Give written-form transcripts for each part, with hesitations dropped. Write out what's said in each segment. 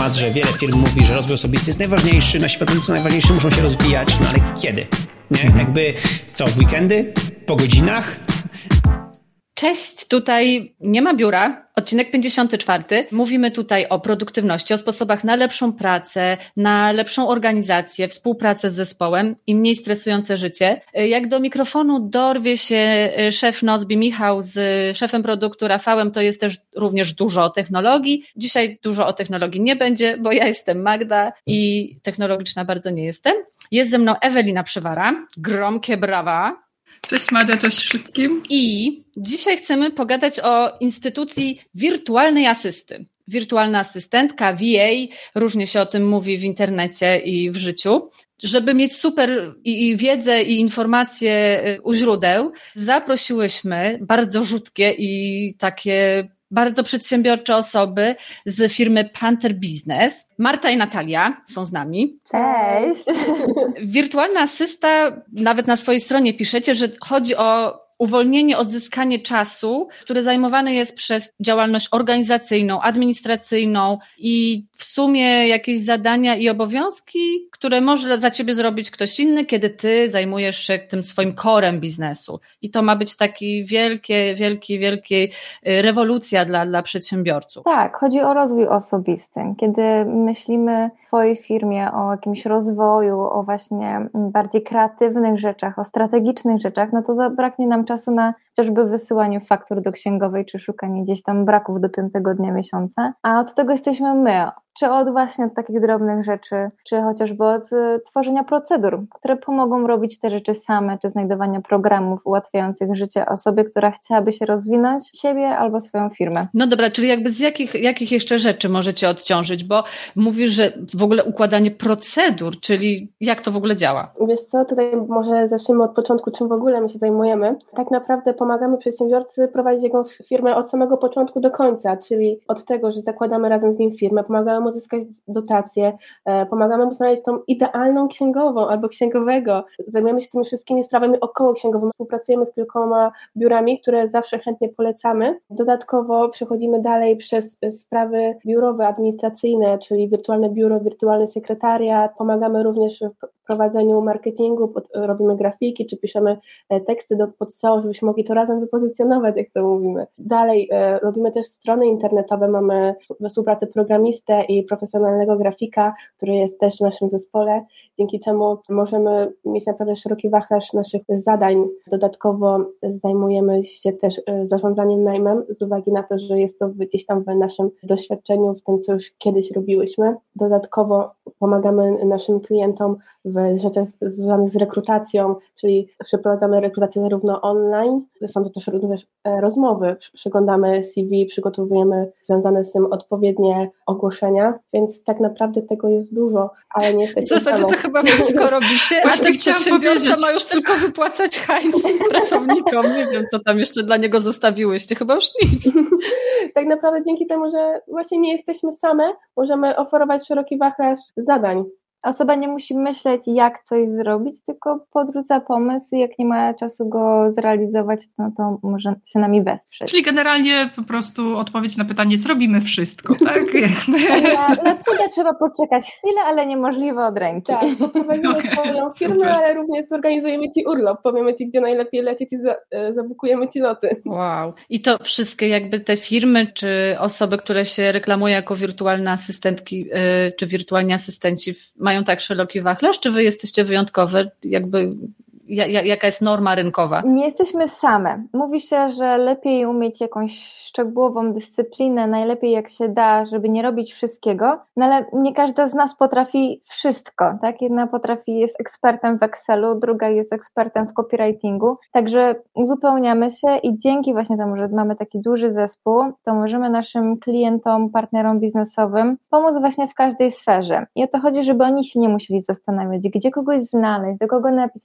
temat, że wiele firm mówi, że rozwój osobisty jest najważniejszy, nasi pracownicy są najważniejsi, muszą się rozwijać, no ale kiedy? Nie? Jakby co, w weekendy? Po godzinach? Cześć, tutaj nie ma biura, odcinek 54. Mówimy tutaj o produktywności, o sposobach na lepszą pracę, na lepszą organizację, współpracę z zespołem i mniej stresujące życie. Jak do mikrofonu dorwie się szef Nozbi Michał z szefem produktu Rafałem, to jest też również dużo o technologii. Dzisiaj dużo o technologii nie będzie, bo ja jestem Magda i technologiczna bardzo nie jestem. Jest ze mną Ewelina Przywara, gromkie brawa. Cześć Madzia, cześć wszystkim. I dzisiaj chcemy pogadać o instytucji wirtualnej asysty. Wirtualna asystentka, VA, różnie się o tym mówi w internecie i w życiu. Żeby mieć super i wiedzę i informacje u źródeł, zaprosiłyśmy bardzo rzutkie i takie bardzo przedsiębiorcze osoby z firmy Panther Business. Marta i Natalia są z nami. Cześć! Wirtualna asysta, nawet na swojej stronie piszecie, że chodzi o uwolnienie, odzyskanie czasu, które zajmowane jest przez działalność organizacyjną, administracyjną i w sumie jakieś zadania i obowiązki, które może za ciebie zrobić ktoś inny, kiedy ty zajmujesz się tym swoim corem biznesu. I to ma być taki wielki rewolucja dla przedsiębiorców. Tak, chodzi o rozwój osobisty. Kiedy myślimy w swojej firmie o jakimś rozwoju, o właśnie bardziej kreatywnych rzeczach, o strategicznych rzeczach, no to zabraknie nam czasu na chociażby wysyłanie faktur do księgowej, czy szukanie gdzieś tam braków do 5 dnia miesiąca, a od tego jesteśmy my. Czy od właśnie takich drobnych rzeczy, czy chociażby od tworzenia procedur, które pomogą robić te rzeczy same, czy znajdowania programów ułatwiających życie osobie, która chciałaby się rozwinąć, siebie albo swoją firmę. No dobra, czyli jakby z jakich jeszcze rzeczy możecie odciążyć, bo mówisz, że w ogóle układanie procedur, czyli jak to w ogóle działa? Wiesz co, tutaj może zaczniemy od początku, czym w ogóle my się zajmujemy. Tak naprawdę pomagamy przedsiębiorcy prowadzić jakąś firmę od samego początku do końca, czyli od tego, że zakładamy razem z nim firmę, pomagamy uzyskać dotacje, pomagamy mu znaleźć tą idealną księgową albo księgowego. Zajmujemy się tymi wszystkimi sprawami około księgowymi. Współpracujemy z kilkoma biurami, które zawsze chętnie polecamy. Dodatkowo przechodzimy dalej przez sprawy biurowe, administracyjne, czyli wirtualne biuro, wirtualny sekretariat. Pomagamy również w prowadzeniu marketingu, robimy grafiki, czy piszemy teksty pod SEO, żebyśmy mogli to razem wypozycjonować, jak to mówimy. Dalej robimy też strony internetowe, mamy we współpracy programistę i profesjonalnego grafika, który jest też w naszym zespole, dzięki czemu możemy mieć naprawdę szeroki wachlarz naszych zadań. Dodatkowo zajmujemy się też zarządzaniem najmem, z uwagi na to, że jest to gdzieś tam w naszym doświadczeniu, w tym, co już kiedyś robiłyśmy. Dodatkowo pomagamy naszym klientom w rzeczach związanych z rekrutacją, czyli przeprowadzamy rekrutację zarówno online, są to też również rozmowy, przeglądamy CV, przygotowujemy związane z tym odpowiednie ogłoszenia, więc tak naprawdę tego jest dużo, ale nie jesteśmy w zasadzie to chyba wszystko robicie, a ten przedsiębiorca ma już tylko wypłacać hajs pracownikom. Nie wiem, co tam jeszcze dla niego zostawiłyście, chyba już nic. Tak naprawdę dzięki temu, że właśnie nie jesteśmy same, możemy oferować szeroki wachlarz zadań. Osoba nie musi myśleć, jak coś zrobić, tylko podrzuca pomysł i jak nie ma czasu go zrealizować, no to może się nami wesprzeć. Czyli generalnie po prostu odpowiedź na pytanie, zrobimy wszystko, tak? Na cuda trzeba poczekać chwilę, ale niemożliwe od ręki. Tak, poprowadzimy swoją firmę, super. Ale również zorganizujemy Ci urlop, powiemy Ci, gdzie najlepiej lecieć i zabukujemy Ci loty. Wow. I to wszystkie jakby te firmy, czy osoby, które się reklamują jako wirtualne asystentki, czy wirtualni asystenci mają tak szeroki wachlarz, czy wy jesteście wyjątkowe? Jakby jaka jest norma rynkowa? Nie jesteśmy same. Mówi się, że lepiej umieć jakąś szczegółową dyscyplinę, najlepiej jak się da, żeby nie robić wszystkiego, no ale nie każda z nas potrafi wszystko, tak? Jedna jest ekspertem w Excelu, druga jest ekspertem w copywritingu, także uzupełniamy się i dzięki właśnie temu, że mamy taki duży zespół, to możemy naszym klientom, partnerom biznesowym pomóc właśnie w każdej sferze. I o to chodzi, żeby oni się nie musieli zastanawiać, gdzie kogoś znaleźć, do kogo napisać, czy każdy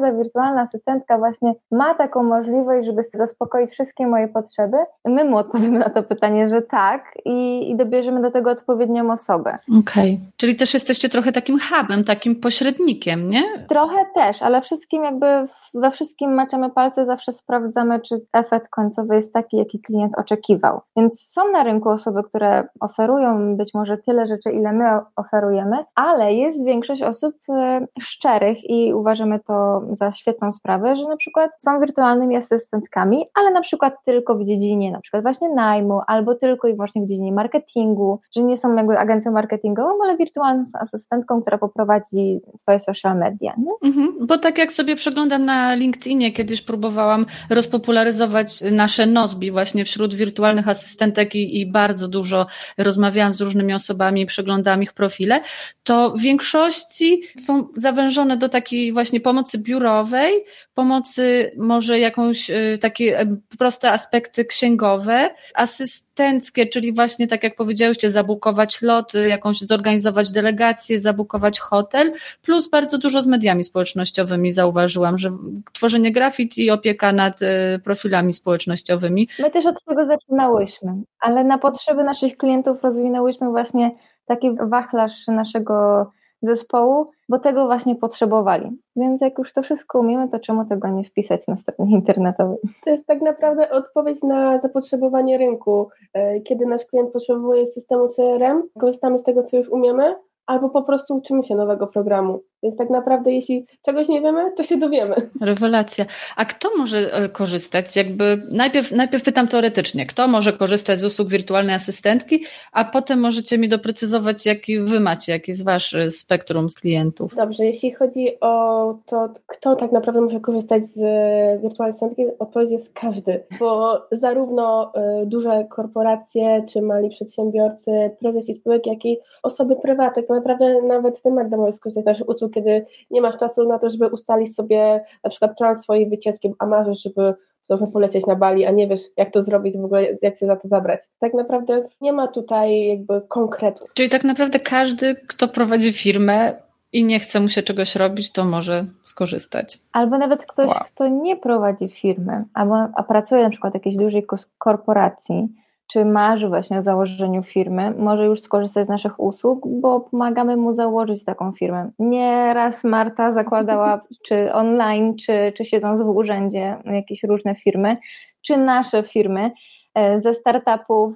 każda wirtualna asystentka właśnie ma taką możliwość, żeby zaspokoić wszystkie moje potrzeby? My mu odpowiemy na to pytanie, że tak i dobierzemy do tego odpowiednią osobę. Okej. Czyli też jesteście trochę takim hubem, takim pośrednikiem, nie? Trochę też, ale wszystkim we wszystkim maczamy palce, zawsze sprawdzamy, czy efekt końcowy jest taki, jaki klient oczekiwał. Więc są na rynku osoby, które oferują być może tyle rzeczy, ile my oferujemy, ale jest większość osób szczerych i uważamy to za świetną sprawę, że na przykład są wirtualnymi asystentkami, ale na przykład tylko w dziedzinie na przykład właśnie najmu, albo tylko i wyłącznie w dziedzinie marketingu, że nie są jakby agencją marketingową, ale wirtualną asystentką, która poprowadzi twoje social media. Nie? Bo tak jak sobie przeglądam na LinkedInie, kiedyś próbowałam rozpopularyzować nasze Nozbi właśnie wśród wirtualnych asystentek i bardzo dużo rozmawiałam z różnymi osobami, przeglądałam ich profile, to w większości są zawężone do takiej właśnie pomocy biurowej, pomocy może jakąś takie proste aspekty księgowe, asystenckie, czyli właśnie tak jak powiedziałyście, zabukować lot, jakąś zorganizować delegację, zabukować hotel, plus bardzo dużo z mediami społecznościowymi zauważyłam, że tworzenie graffiti i opieka nad profilami społecznościowymi. My też od tego zaczynałyśmy, ale na potrzeby naszych klientów rozwinęłyśmy właśnie taki wachlarz naszego zespołu, bo tego właśnie potrzebowali. Więc jak już to wszystko umiemy, to czemu tego nie wpisać na stronie internetowej? To jest tak naprawdę odpowiedź na zapotrzebowanie rynku. Kiedy nasz klient potrzebuje systemu CRM, korzystamy z tego, co już umiemy, albo po prostu uczymy się nowego programu. Więc tak naprawdę, jeśli czegoś nie wiemy, to się dowiemy. Rewelacja. A kto może korzystać? Jakby najpierw pytam teoretycznie, kto może korzystać z usług wirtualnej asystentki, a potem możecie mi doprecyzować, jaki wy macie, jaki jest wasz spektrum z klientów. Dobrze, jeśli chodzi o to, kto tak naprawdę może korzystać z wirtualnej asystentki, odpowiedź jest każdy, bo zarówno duże korporacje, czy mali przedsiębiorcy, prezesi spółek, jak i osoby prywatne, tak naprawdę nawet ty, Magda, możesz skorzystać z naszych usług, kiedy nie masz czasu na to, żeby ustalić sobie na przykład plan swojej wycieczki, a marzysz, żeby polecieć na Bali, a nie wiesz, jak to zrobić, w ogóle jak się za to zabrać. Tak naprawdę nie ma tutaj jakby konkretu. Czyli tak naprawdę każdy, kto prowadzi firmę i nie chce mu się czegoś robić, to może skorzystać. Albo nawet ktoś, kto nie prowadzi firmy, a pracuje na przykład w jakiejś dużej korporacji, czy marzy właśnie o założeniu firmy, może już skorzystać z naszych usług, bo pomagamy mu założyć taką firmę. Nieraz Marta zakładała czy online, czy siedząc w urzędzie jakieś różne firmy, czy nasze firmy, ze startupu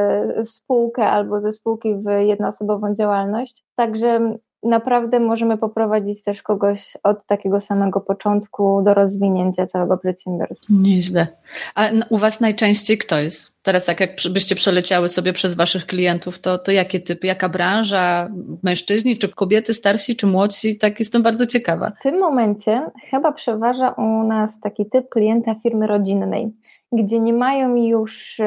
w spółkę albo ze spółki w jednoosobową działalność. Także naprawdę możemy poprowadzić też kogoś od takiego samego początku do rozwinięcia całego przedsiębiorstwa. Nieźle. A u was najczęściej kto jest? Teraz tak jak byście przeleciały sobie przez waszych klientów, to jakie typy, jaka branża? Mężczyźni, czy kobiety, starsi, czy młodsi? Tak, jestem bardzo ciekawa. W tym momencie chyba przeważa u nas taki typ klienta firmy rodzinnej, gdzie nie mają już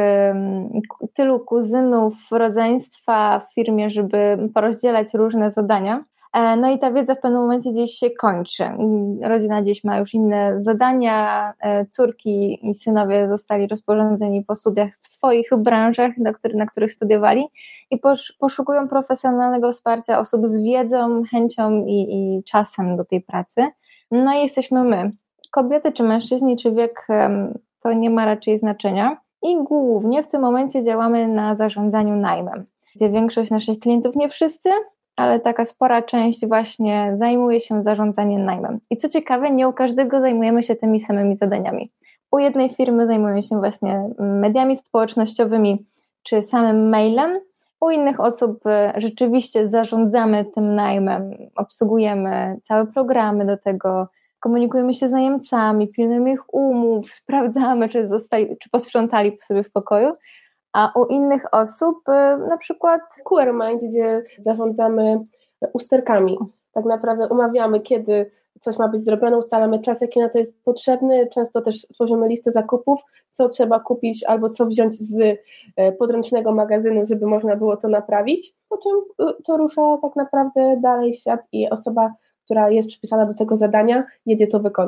tylu kuzynów, rodzeństwa w firmie, żeby porozdzielać różne zadania. No i ta wiedza w pewnym momencie gdzieś się kończy. Rodzina gdzieś ma już inne zadania, córki i synowie zostali rozporządzeni po studiach w swoich branżach, na których studiowali i poszukują profesjonalnego wsparcia osób z wiedzą, chęcią i czasem do tej pracy. No i jesteśmy my. Kobiety czy mężczyźni, czy wiek, to nie ma raczej znaczenia. I głównie w tym momencie działamy na zarządzaniu najmem, gdzie większość naszych klientów, nie wszyscy, ale taka spora część właśnie zajmuje się zarządzaniem najmem. I co ciekawe, nie u każdego zajmujemy się tymi samymi zadaniami. U jednej firmy zajmujemy się właśnie mediami społecznościowymi czy samym mailem, u innych osób rzeczywiście zarządzamy tym najmem, obsługujemy całe programy do tego, komunikujemy się z najemcami, pilnujemy ich umów, sprawdzamy, czy posprzątali sobie w pokoju, a u innych osób na przykład QR Mind, gdzie zarządzamy usterkami. Tak naprawdę umawiamy, kiedy coś ma być zrobione, ustalamy czas, jaki na to jest potrzebny, często też tworzymy listę zakupów, co trzeba kupić albo co wziąć z podręcznego magazynu, żeby można było to naprawić, po czym to rusza tak naprawdę dalej świat i osoba, która jest przypisana do tego zadania, jedzie to wykonać.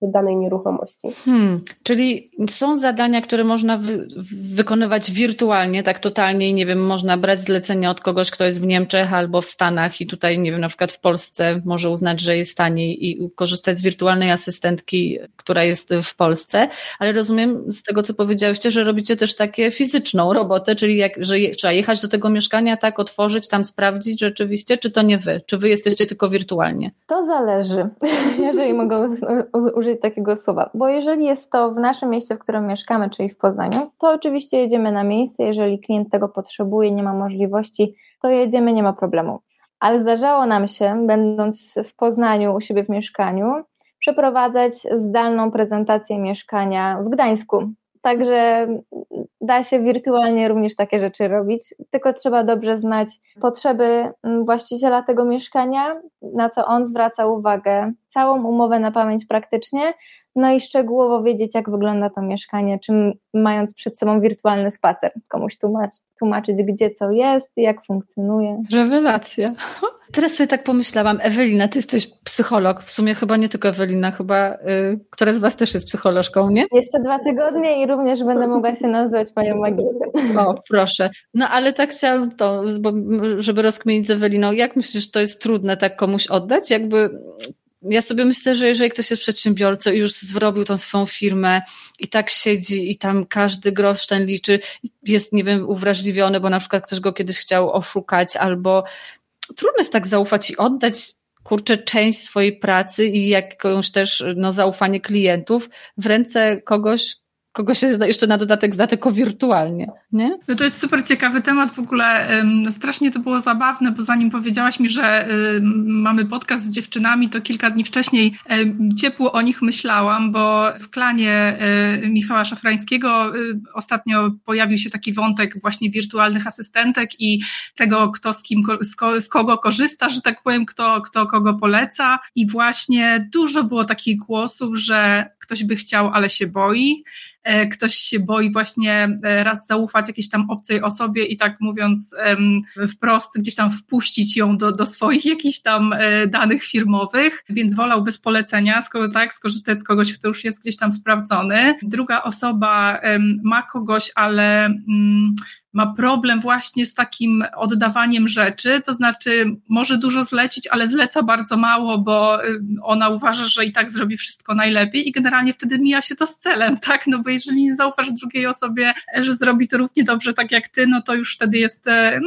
danej nieruchomości. Czyli są zadania, które można wykonywać wirtualnie, tak totalnie i nie wiem, można brać zlecenia od kogoś, kto jest w Niemczech albo w Stanach i tutaj, nie wiem, na przykład w Polsce może uznać, że jest taniej i korzystać z wirtualnej asystentki, która jest w Polsce, ale rozumiem z tego, co powiedziałyście, że robicie też takie fizyczną robotę, czyli że trzeba jechać do tego mieszkania, tak, otworzyć, tam sprawdzić rzeczywiście, czy to nie wy? Czy wy jesteście tylko wirtualnie? To zależy, jeżeli mogę użyć takiego słowa, bo jeżeli jest to w naszym mieście, w którym mieszkamy, czyli w Poznaniu, to oczywiście jedziemy na miejsce, jeżeli klient tego potrzebuje, nie ma możliwości, to jedziemy, nie ma problemu. Ale zdarzało nam się, będąc w Poznaniu u siebie w mieszkaniu, przeprowadzać zdalną prezentację mieszkania w Gdańsku. Także da się wirtualnie również takie rzeczy robić, tylko trzeba dobrze znać potrzeby właściciela tego mieszkania, na co on zwraca uwagę, całą umowę na pamięć praktycznie, no i szczegółowo wiedzieć, jak wygląda to mieszkanie, czym mając przed sobą wirtualny spacer, komuś tłumaczyć, gdzie co jest, jak funkcjonuje. Rewelacja. Teraz sobie tak pomyślałam, Ewelina, ty jesteś psycholog, w sumie chyba nie tylko Ewelina, chyba która z was też jest psycholożką, nie? Jeszcze 2 tygodnie i również będę mogła się nazwać panią magistrem. O, proszę. No ale tak chciałam żeby rozkminić z Eweliną, jak myślisz, to jest trudne tak komuś oddać? Ja sobie myślę, że jeżeli ktoś jest przedsiębiorcą i już zrobił tą swoją firmę i tak siedzi i tam każdy grosz ten liczy, jest, nie wiem, uwrażliwiony, bo na przykład ktoś go kiedyś chciał oszukać, albo trudno jest tak zaufać i oddać, część swojej pracy i jakąś też zaufanie klientów w ręce kogoś się jeszcze na dodatek zda tylko wirtualnie, nie? No to jest super ciekawy temat w ogóle. Strasznie to było zabawne, bo zanim powiedziałaś mi, że mamy podcast z dziewczynami, to kilka dni wcześniej ciepło o nich myślałam, bo w klanie Michała Szafrańskiego ostatnio pojawił się taki wątek właśnie wirtualnych asystentek i tego, kto z kogo korzysta, że tak powiem, kto kogo poleca. I właśnie dużo było takich głosów, że ktoś by chciał, ale się boi. Ktoś się boi właśnie raz zaufać jakiejś tam obcej osobie i tak mówiąc wprost gdzieś tam wpuścić ją do swoich jakichś tam danych firmowych, więc wolał bez polecenia, skorzystać z kogoś, kto już jest gdzieś tam sprawdzony. Druga osoba ma kogoś, ale ma problem właśnie z takim oddawaniem rzeczy, to znaczy może dużo zlecić, ale zleca bardzo mało, bo ona uważa, że i tak zrobi wszystko najlepiej i generalnie wtedy mija się to z celem, tak? No bo jeżeli nie zaufasz drugiej osobie, że zrobi to równie dobrze tak jak ty, no to już wtedy jest,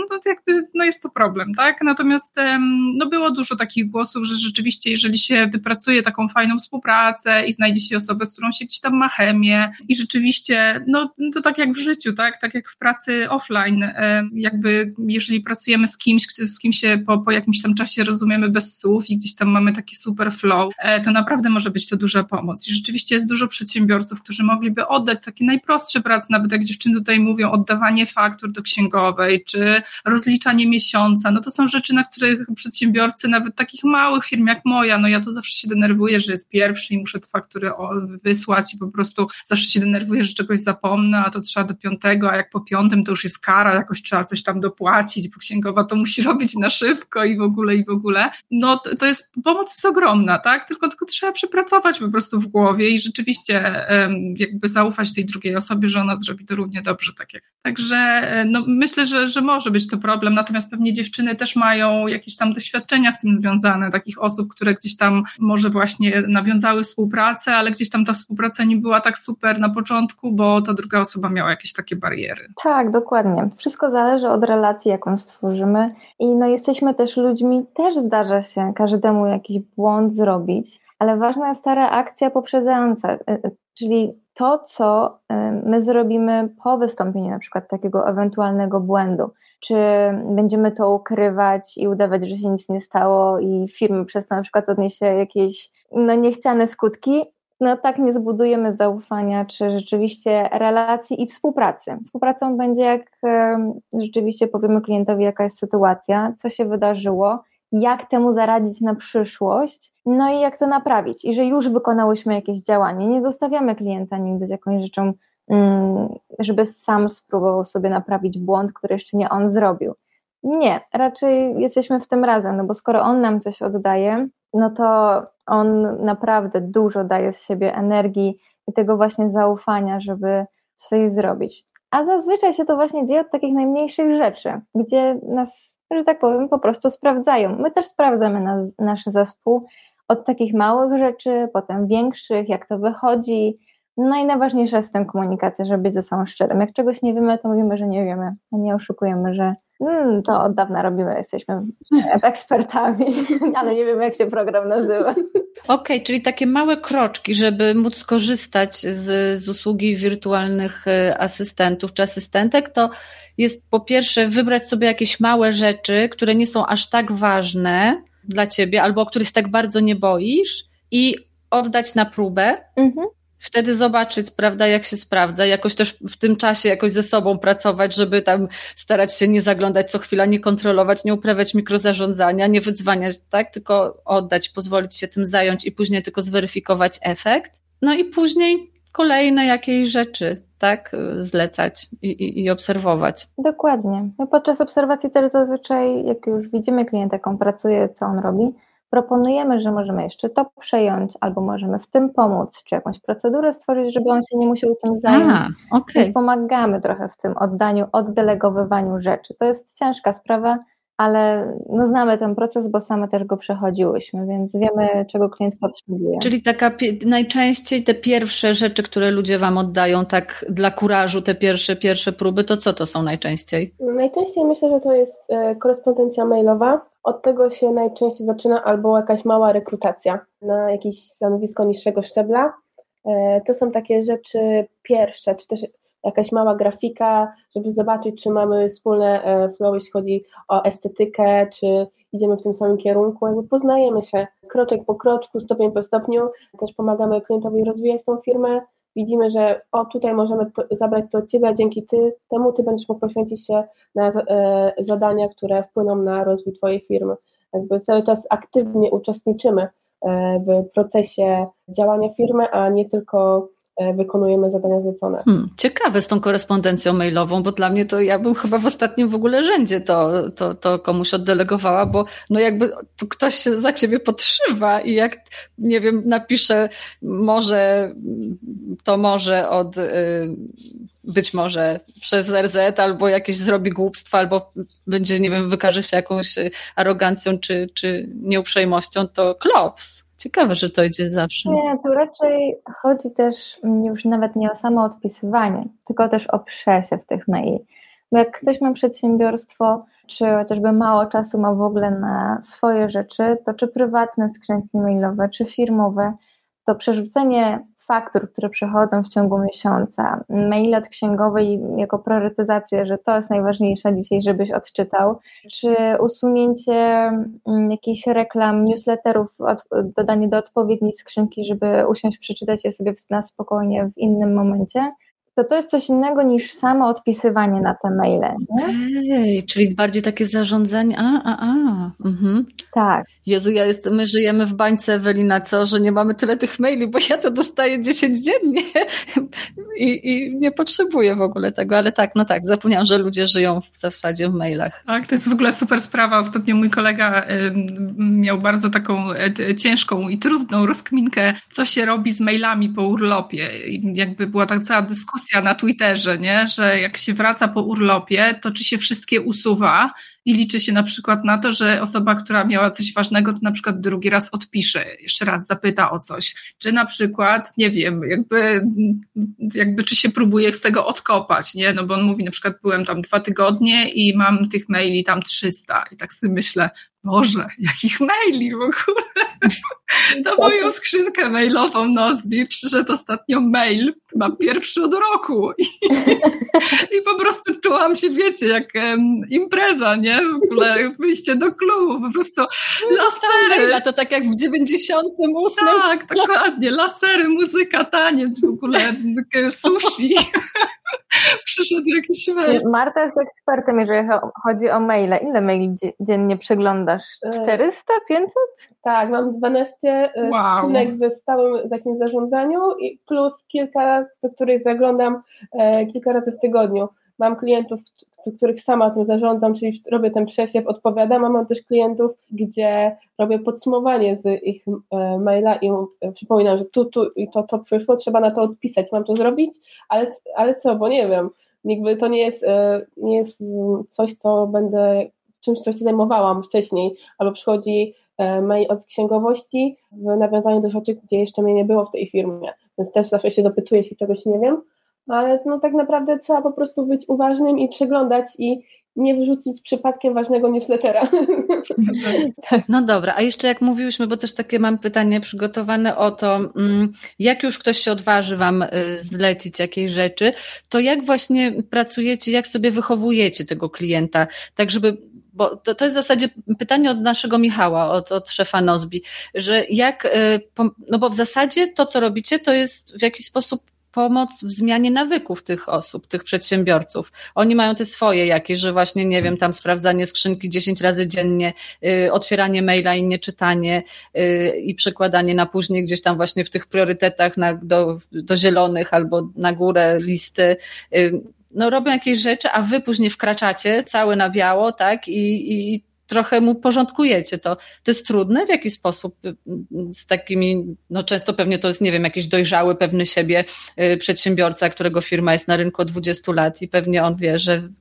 jest to problem, tak? Natomiast było dużo takich głosów, że rzeczywiście jeżeli się wypracuje taką fajną współpracę i znajdzie się osobę, z którą się gdzieś tam ma chemię i rzeczywiście, to tak jak w życiu, tak? Tak jak w pracy offline, jakby jeżeli pracujemy z kimś się po jakimś tam czasie rozumiemy bez słów i gdzieś tam mamy taki super flow, to naprawdę może być to duża pomoc. I rzeczywiście jest dużo przedsiębiorców, którzy mogliby oddać takie najprostsze prace, nawet jak dziewczyny tutaj mówią, oddawanie faktur do księgowej, czy rozliczanie miesiąca, to są rzeczy, na których przedsiębiorcy, nawet takich małych firm jak moja, ja to zawsze się denerwuję, że jest pierwszy i muszę te faktury wysłać i po prostu zawsze się denerwuję, że czegoś zapomnę, a to trzeba do 5, a jak po 5 to już jest kara, jakoś trzeba coś tam dopłacić, bo księgowa to musi robić na szybko i w ogóle. To jest, pomoc jest ogromna, tak? Tylko trzeba przepracować po prostu w głowie i rzeczywiście jakby zaufać tej drugiej osobie, że ona zrobi to równie dobrze, tak jak. Także myślę, że może być to problem, natomiast pewnie dziewczyny też mają jakieś tam doświadczenia z tym związane, takich osób, które gdzieś tam może właśnie nawiązały współpracę, ale gdzieś tam ta współpraca nie była tak super na początku, bo ta druga osoba miała jakieś takie bariery. Tak, dokładnie. Wszystko zależy od relacji, jaką stworzymy i jesteśmy też ludźmi, też zdarza się każdemu jakiś błąd zrobić, ale ważna jest ta reakcja poprzedzająca, czyli to, co my zrobimy po wystąpieniu na przykład takiego ewentualnego błędu. Czy będziemy to ukrywać i udawać, że się nic nie stało i firmy przez to na przykład odniesie jakieś niechciane skutki, tak nie zbudujemy zaufania, czy rzeczywiście relacji i współpracy. Współpracą będzie, jak rzeczywiście powiemy klientowi, jaka jest sytuacja, co się wydarzyło, jak temu zaradzić na przyszłość, i jak to naprawić. I że już wykonałyśmy jakieś działanie. Nie zostawiamy klienta nigdy z jakąś rzeczą, żeby sam spróbował sobie naprawić błąd, który jeszcze nie on zrobił. Nie, raczej jesteśmy w tym razem, bo skoro on nam coś oddaje, no to on naprawdę dużo daje z siebie energii i tego właśnie zaufania, żeby coś zrobić. A zazwyczaj się to właśnie dzieje od takich najmniejszych rzeczy, gdzie nas, że tak powiem, po prostu sprawdzają. My też sprawdzamy nasz zespół od takich małych rzeczy, potem większych, jak to wychodzi. No i najważniejsza jest tam komunikacja, żeby być ze sobą szczerym. Jak czegoś nie wiemy, to mówimy, że nie wiemy, a nie oszukujemy, że to od dawna robimy, jesteśmy ekspertami, ale nie wiemy, jak się program nazywa. Okej, czyli takie małe kroczki, żeby móc skorzystać z usługi wirtualnych asystentów czy asystentek, to jest po pierwsze wybrać sobie jakieś małe rzeczy, które nie są aż tak ważne dla ciebie, albo o których się tak bardzo nie boisz i oddać na próbę. Wtedy zobaczyć, prawda, jak się sprawdza, jakoś też w tym czasie jakoś ze sobą pracować, żeby tam starać się nie zaglądać co chwila, nie kontrolować, nie uprawiać mikrozarządzania, nie wydzwaniać, tak, tylko oddać, pozwolić się tym zająć i później tylko zweryfikować efekt. No i później kolejne jakieś rzeczy, tak, zlecać i obserwować. Dokładnie. No podczas obserwacji też zazwyczaj, jak już widzimy klienta, jak on pracuje, co on robi, proponujemy, że możemy jeszcze to przejąć, albo możemy w tym pomóc, czy jakąś procedurę stworzyć, żeby on się nie musiał tym zająć. Więc pomagamy trochę w tym oddaniu, oddelegowywaniu rzeczy. To jest ciężka sprawa, ale no znamy ten proces, bo same też go przechodziłyśmy, więc wiemy, czego klient potrzebuje. Czyli taka najczęściej te pierwsze rzeczy, które ludzie wam oddają tak dla kurażu, te pierwsze próby, to co to są najczęściej? Najczęściej myślę, że to jest korespondencja mailowa. Od tego się najczęściej zaczyna albo jakaś mała rekrutacja na jakieś stanowisko niższego szczebla. To są takie rzeczy pierwsze, czy też jakaś mała grafika, żeby zobaczyć, czy mamy wspólne flow, jeśli chodzi o estetykę, czy idziemy w tym samym kierunku. Jakby poznajemy się kroczek po kroczku, stopień po stopniu. Też pomagamy klientowi rozwijać tą firmę. Widzimy, że tutaj możemy zabrać to od Ciebie, a dzięki temu Ty będziesz mógł poświęcić się na zadania, które wpłyną na rozwój Twojej firmy. Jakby cały czas aktywnie uczestniczymy w procesie działania firmy, a nie tylko wykonujemy zadania zlecone. Ciekawe z tą korespondencją mailową, bo dla mnie to ja bym chyba w ostatnim w ogóle rzędzie to komuś oddelegowała, bo no jakby to ktoś się za ciebie podszywa i jak, nie wiem, napisze może być może przez RZ albo jakieś zrobi głupstwa, albo będzie, nie wiem, wykaże się jakąś arogancją czy nieuprzejmością, to klops. Ciekawe, że to idzie zawsze. Nie, tu raczej chodzi też już nawet nie o samo odpisywanie, tylko też o przesył tych maili. Bo jak ktoś ma przedsiębiorstwo, czy chociażby mało czasu ma w ogóle na swoje rzeczy, to czy prywatne skrzynki mailowe, czy firmowe, to przerzucenie faktur, które przychodzą w ciągu miesiąca, maile od księgowej jako priorytetyzację, że to jest najważniejsze dzisiaj, żebyś odczytał, czy usunięcie jakichś reklam, newsletterów, dodanie do odpowiedniej skrzynki, żeby usiąść, przeczytać je sobie na spokojnie w innym momencie, to jest coś innego niż samo odpisywanie na te maile. Czyli bardziej takie zarządzanie. Tak. Jezu, my żyjemy w bańce, Ewelina, że nie mamy tyle tych maili, bo ja to dostaję 10 dziennie i nie potrzebuję w ogóle tego, ale tak, zapomniałam, że ludzie żyją w zasadzie w mailach. Tak, to jest w ogóle super sprawa. Ostatnio mój kolega miał bardzo taką ciężką i trudną rozkminkę, co się robi z mailami po urlopie. I jakby była tak cała dyskusja na Twitterze, nie? Że jak się wraca po urlopie, to czy się wszystkie usuwa i liczy się na przykład na to, że osoba, która miała coś ważnego, to na przykład drugi raz odpisze, jeszcze raz zapyta o coś. Czy na przykład, nie wiem, jakby czy się próbuje z tego odkopać, nie? No bo on mówi, na przykład byłem tam 2 tygodnie i mam tych maili tam 300 i tak sobie myślę, Boże, jakich maili w ogóle? Na moją skrzynkę mailową Nozbi przyszedł ostatnio mail, chyba pierwszy od roku i po prostu czułam się, wiecie, jak impreza, nie? W ogóle wyjście do klubu, po prostu lasery. To tak jak w 98. Tak, dokładnie, lasery, muzyka, taniec, w ogóle sushi. Przyszedł jakiś mail. Marta jest ekspertem, jeżeli chodzi o maile. Ile maili dziennie przeglądasz? 400? 500? Tak, mam 12 skrzynek w stałym takim zarządzaniu i plus kilka, do których zaglądam kilka razy w tygodniu. Mam klientów, w których sama tym zarządzam, czyli robię ten przesiew, odpowiadam, a mam też klientów, gdzie robię podsumowanie z ich maila i przypominam, że tu i to przyszło, trzeba na to odpisać, mam to zrobić, ale co, bo nie wiem, jakby to nie jest coś, co będę, czymś, co się zajmowałam wcześniej, albo przychodzi mail od księgowości w nawiązaniu do rzeczy, gdzie jeszcze mnie nie było w tej firmie, więc też zawsze się dopytuję, jeśli czegoś nie wiem, ale no tak naprawdę trzeba po prostu być uważnym i przeglądać i nie wyrzucić przypadkiem ważnego newslettera. No dobra, a jeszcze jak mówiłyśmy, bo też takie mam pytanie przygotowane o to, jak już ktoś się odważy Wam zlecić jakiejś rzeczy, to jak właśnie pracujecie, jak sobie wychowujecie tego klienta, tak żeby, bo to jest w zasadzie pytanie od naszego Michała, od szefa Nozbi, że jak, no bo w zasadzie to, co robicie, to jest w jakiś sposób pomoc w zmianie nawyków tych osób, tych przedsiębiorców. Oni mają te swoje jakieś, że właśnie, nie wiem, tam sprawdzanie skrzynki 10 razy dziennie, otwieranie maila i nieczytanie i przekładanie na później gdzieś tam właśnie w tych priorytetach do zielonych albo na górę listy. No robią jakieś rzeczy, a wy później wkraczacie cały na biało, tak, i trochę mu porządkujecie to. To jest trudne w jakiś sposób z takimi, no często pewnie to jest, nie wiem, jakiś dojrzały, pewny siebie przedsiębiorca, którego firma jest na rynku od 20 lat i pewnie on wie,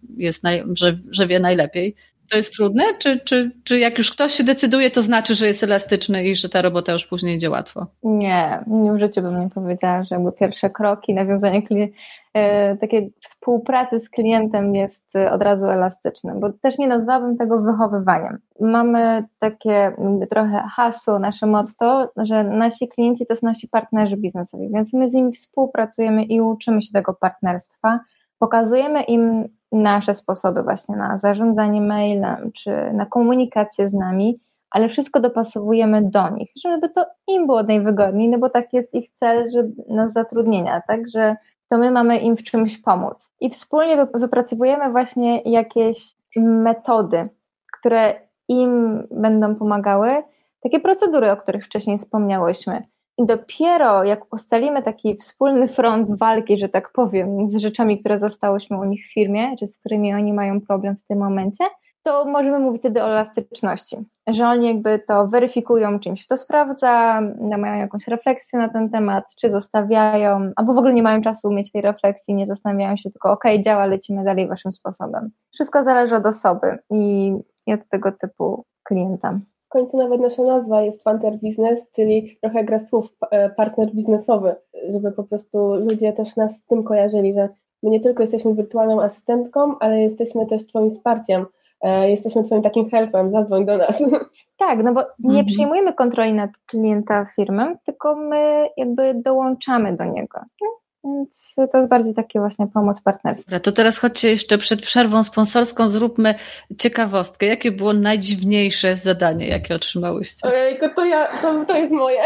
że wie najlepiej. To jest trudne? Czy jak już ktoś się decyduje, to znaczy, że jest elastyczny i że ta robota już później idzie łatwo? Nie, w życiu bym nie powiedziała, że jakby pierwsze kroki, nawiązanie takiej współpracy z klientem jest od razu elastyczne, bo też nie nazwałabym tego wychowywaniem. Mamy takie trochę hasło, nasze motto, że nasi klienci to są nasi partnerzy biznesowi, więc my z nimi współpracujemy i uczymy się tego partnerstwa, pokazujemy im nasze sposoby właśnie na zarządzanie mailem, czy na komunikację z nami, ale wszystko dopasowujemy do nich, żeby to im było najwygodniej, no bo tak jest ich cel, że nas zatrudnienia, tak, że to my mamy im w czymś pomóc. I wspólnie wypracowujemy właśnie jakieś metody, które im będą pomagały, takie procedury, o których wcześniej wspomniałyśmy. I dopiero jak ustalimy taki wspólny front walki, że tak powiem, z rzeczami, które zostałyśmy u nich w firmie, czy z którymi oni mają problem w tym momencie, to możemy mówić wtedy o elastyczności, że oni jakby to weryfikują, czy im się to sprawdza, mają jakąś refleksję na ten temat, czy zostawiają, albo w ogóle nie mają czasu mieć tej refleksji, nie zastanawiają się, tylko okej, działa, lecimy dalej waszym sposobem. Wszystko zależy od osoby i od tego typu klienta. W końcu nawet nasza nazwa jest Partner Business, czyli trochę gra słów partner biznesowy, żeby po prostu ludzie też nas z tym kojarzyli, że my nie tylko jesteśmy wirtualną asystentką, ale jesteśmy też twoim wsparciem, jesteśmy twoim takim helpem, zadzwoń do nas. Tak, no bo nie przejmujemy kontroli nad klienta firmy, tylko my jakby dołączamy do niego. Więc to jest bardziej takie właśnie pomoc partnerstwa. Dobra, to teraz chodźcie jeszcze przed przerwą sponsorską, zróbmy ciekawostkę. Jakie było najdziwniejsze zadanie, jakie otrzymałyście? Ojejku, to jest moje.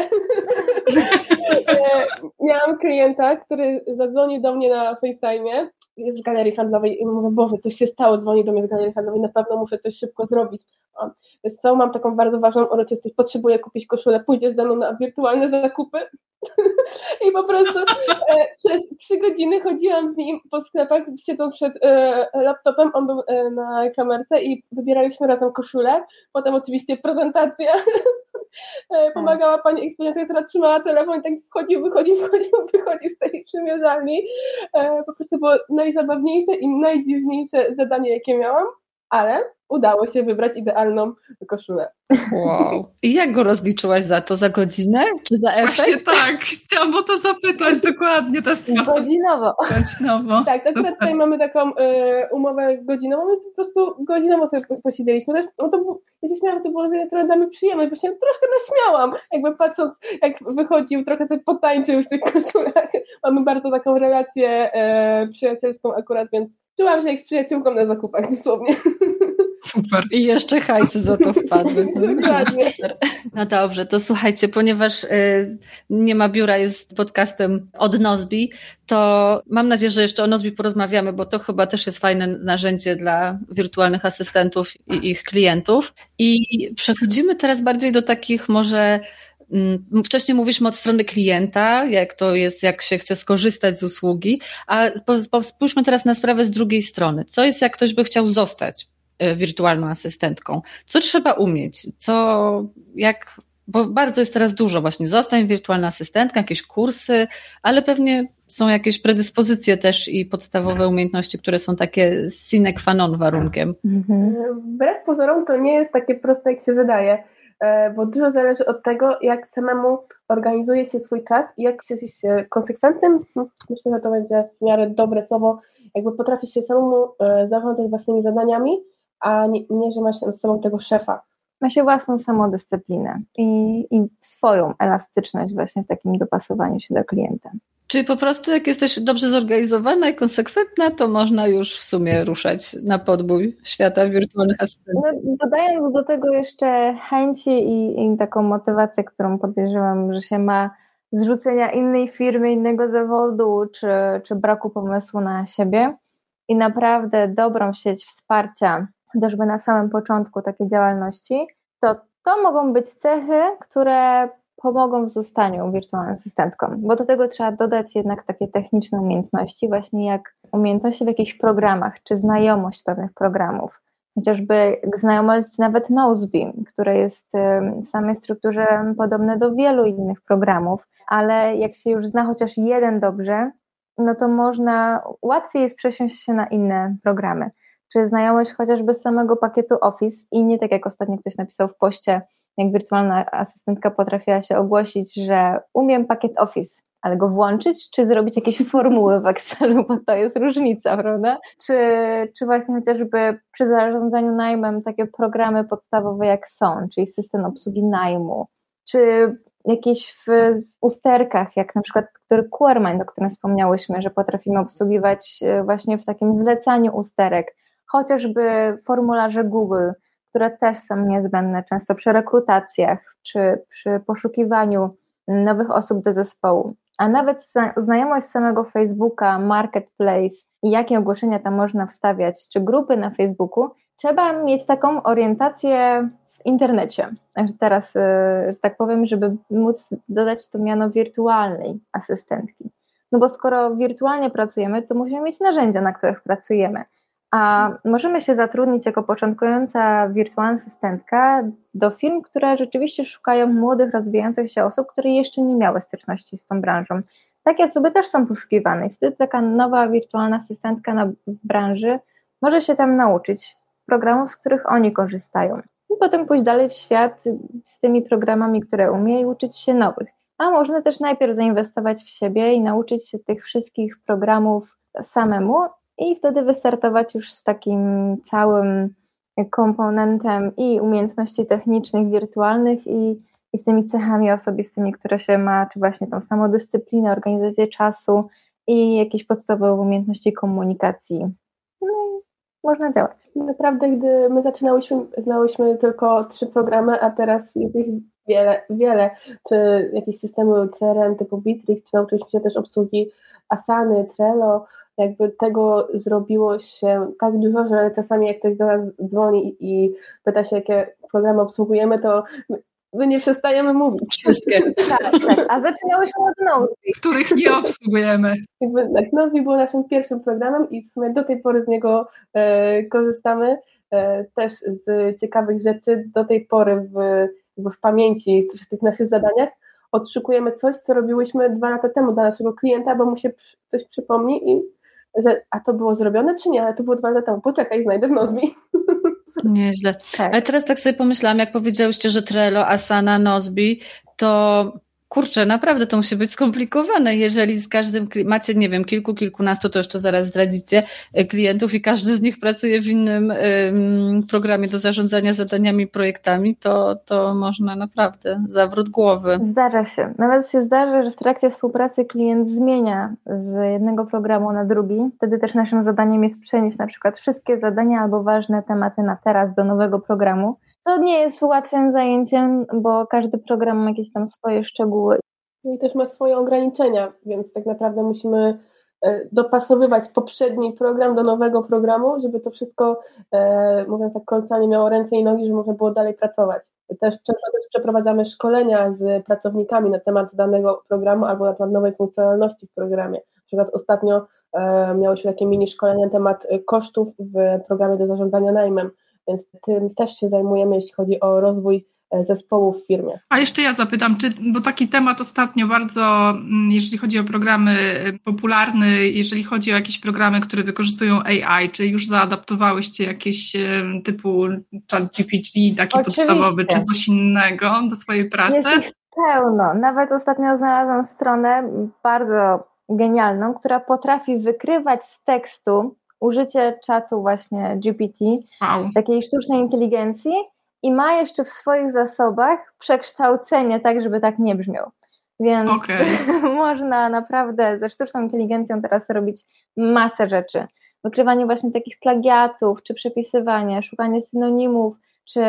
Miałam klienta, który zadzwonił do mnie na FaceTime'ie, jest w galerii handlowej i mówię, Boże, coś się stało, dzwoni do mnie z galerii handlowej, na pewno muszę coś szybko zrobić. Wiesz co, mam taką bardzo ważną uroczystość, potrzebuję kupić koszulę, pójdziesz ze mną na wirtualne zakupy? I po prostu przez 3 godziny chodziłam z nim po sklepach, siedząc przed laptopem, on był na kamerce i wybieraliśmy razem koszulę, potem oczywiście prezentacja, pomagała pani ekspedientka, która trzymała telefon i tak wychodził z tej przymierzalni. Po prostu było najzabawniejsze i najdziwniejsze zadanie, jakie miałam, ale udało się wybrać idealną koszulę. Wow. I jak go rozliczyłaś za to? Za godzinę? Czy za efekt? Właśnie tak, chciałam o to zapytać dokładnie. To jest godzinowo. Tak, akurat tutaj mamy taką umowę godzinową, więc po prostu godzinową sobie posiedzieliśmy. Też, ja się śmiałam, że to było z jednej strony dla mnie przyjemność, bo się troszkę naśmiałam, jakby patrząc, jak wychodził, trochę sobie potańczył w tych koszulach. Mamy bardzo taką relację przyjacielską akurat, więc czułam się jak z przyjaciółką na zakupach, dosłownie. Super. I jeszcze hajsy za to wpadły. Dokładnie. No dobrze, to słuchajcie, ponieważ Nie ma biura jest podcastem od Nozbi, to mam nadzieję, że jeszcze o Nozbi porozmawiamy, bo to chyba też jest fajne narzędzie dla wirtualnych asystentów i ich klientów. I przechodzimy teraz bardziej do takich może wcześniej mówiliśmy od strony klienta, jak to jest, jak się chce skorzystać z usługi, a spójrzmy teraz na sprawę z drugiej strony. Co jest, jak ktoś by chciał zostać wirtualną asystentką? Co trzeba umieć? Bo bardzo jest teraz dużo właśnie, zostań wirtualna asystentka, jakieś kursy, ale pewnie są jakieś predyspozycje też i podstawowe umiejętności, które są takie sine qua non warunkiem. Wbrew pozorom to nie jest takie proste, jak się wydaje, bo dużo zależy od tego, jak samemu organizuje się swój czas i jak się jest konsekwentnym, myślę, że to będzie w miarę dobre słowo, jakby potrafi się samemu zarządzać własnymi zadaniami, a nie, że masz nad sobą tego szefa. Ma się własną samodyscyplinę i swoją elastyczność właśnie w takim dopasowaniu się do klienta. Czyli po prostu jak jesteś dobrze zorganizowana i konsekwentna, to można już w sumie ruszać na podbój świata wirtualnych asystentów. No, dodając do tego jeszcze chęci i taką motywację, którą podejrzewam, że się ma z rzucenia innej firmy, innego zawodu, czy braku pomysłu na siebie i naprawdę dobrą sieć wsparcia, chociażby na samym początku takiej działalności, to mogą być cechy, które pomogą w zostaniu wirtualną asystentką, bo do tego trzeba dodać jednak takie techniczne umiejętności, właśnie jak umiejętności w jakichś programach, czy znajomość pewnych programów, chociażby znajomość nawet Nozbe, które jest w samej strukturze podobne do wielu innych programów, ale jak się już zna chociaż jeden dobrze, no to łatwiej jest przesiąść się na inne programy, czy znajomość chociażby samego pakietu Office i nie tak jak ostatnio ktoś napisał w poście, jak wirtualna asystentka potrafiła się ogłosić, że umiem pakiet Office, ale go włączyć, czy zrobić jakieś formuły w Excelu, bo to jest różnica, prawda? Czy właśnie chociażby przy zarządzaniu najmem takie programy podstawowe jak SON, czyli system obsługi najmu, czy jakieś w usterkach, jak na przykład QRMind, o którym wspomniałyśmy, że potrafimy obsługiwać właśnie w takim zlecaniu usterek, chociażby formularze Google, które też są niezbędne często przy rekrutacjach, czy przy poszukiwaniu nowych osób do zespołu, a nawet znajomość samego Facebooka, Marketplace i jakie ogłoszenia tam można wstawiać, czy grupy na Facebooku, trzeba mieć taką orientację w internecie. Także teraz, tak powiem, żeby móc dodać to miano wirtualnej asystentki. No bo skoro wirtualnie pracujemy, to musimy mieć narzędzia, na których pracujemy. A możemy się zatrudnić jako początkująca wirtualna asystentka do firm, które rzeczywiście szukają młodych, rozwijających się osób, które jeszcze nie miały styczności z tą branżą. Takie osoby też są poszukiwane i wtedy taka nowa wirtualna asystentka w branży może się tam nauczyć programów, z których oni korzystają. I potem pójść dalej w świat z tymi programami, które umie i uczyć się nowych. A można też najpierw zainwestować w siebie i nauczyć się tych wszystkich programów samemu, i wtedy wystartować już z takim całym komponentem i umiejętności technicznych, wirtualnych i z tymi cechami osobistymi, które się ma, czy właśnie tą samodyscyplinę, organizację czasu i jakieś podstawowe umiejętności komunikacji. No i można działać. Naprawdę, gdy my zaczynałyśmy, znałyśmy tylko 3 programy, a teraz jest ich wiele, czy jakieś systemy CRM typu Bitrix, czy nauczyliśmy się też obsługi Asany, Trello. Jakby tego zrobiło się tak dużo, że czasami jak ktoś do nas dzwoni i pyta się, jakie programy obsługujemy, to my nie przestajemy mówić. Wszystkie. Tak. A zaczynałyśmy od Nozbe, których nie obsługujemy. Jakby, tak, Nozbe było naszym pierwszym programem i w sumie do tej pory z niego korzystamy. Też z ciekawych rzeczy do tej pory w pamięci, w tych naszych zadaniach odszukujemy coś, co robiłyśmy 2 lata temu dla naszego klienta, bo mu się coś przypomni i że a to było zrobione, czy nie? Ale to było 2 lata temu. Poczekaj, znajdę w Nozbe. Nieźle. Tak. Ale teraz tak sobie pomyślałam, jak powiedziałyście, że Trello, Asana, Nozbe, to kurczę, naprawdę to musi być skomplikowane, jeżeli z każdym macie, nie wiem, kilkunastu, to jeszcze zaraz zdradzicie, klientów i każdy z nich pracuje w innym programie do zarządzania zadaniami, projektami, to można naprawdę zawrót głowy. Zdarza się. Nawet się zdarza, że w trakcie współpracy klient zmienia z jednego programu na drugi. Wtedy też naszym zadaniem jest przenieść na przykład wszystkie zadania albo ważne tematy na teraz do nowego programu, co nie jest łatwym zajęciem, bo każdy program ma jakieś tam swoje szczegóły. No i też ma swoje ograniczenia, więc tak naprawdę musimy dopasowywać poprzedni program do nowego programu, żeby to wszystko, mówiąc tak kolokwialnie, miało ręce i nogi, żeby można było dalej pracować. Też często przeprowadzamy szkolenia z pracownikami na temat danego programu albo na temat nowej funkcjonalności w programie. Na przykład ostatnio miałyśmy takie mini szkolenie na temat kosztów w programie do zarządzania najmem, więc tym też się zajmujemy, jeśli chodzi o rozwój zespołu w firmie. A jeszcze ja zapytam, bo taki temat ostatnio bardzo, jeżeli chodzi o programy popularny, jeżeli chodzi o jakieś programy, które wykorzystują AI, czy już zaadaptowałyście jakieś typu ChatGPT, taki podstawowy, czy coś innego do swojej pracy? Jest ich pełno. Nawet ostatnio znalazłam stronę bardzo genialną, która potrafi wykrywać z tekstu użycie czatu właśnie GPT, takiej sztucznej inteligencji, i ma jeszcze w swoich zasobach przekształcenie tak, żeby tak nie brzmiał. Więc można naprawdę ze sztuczną inteligencją teraz robić masę rzeczy. Wykrywanie właśnie takich plagiatów, czy przepisywanie, szukanie synonimów, czy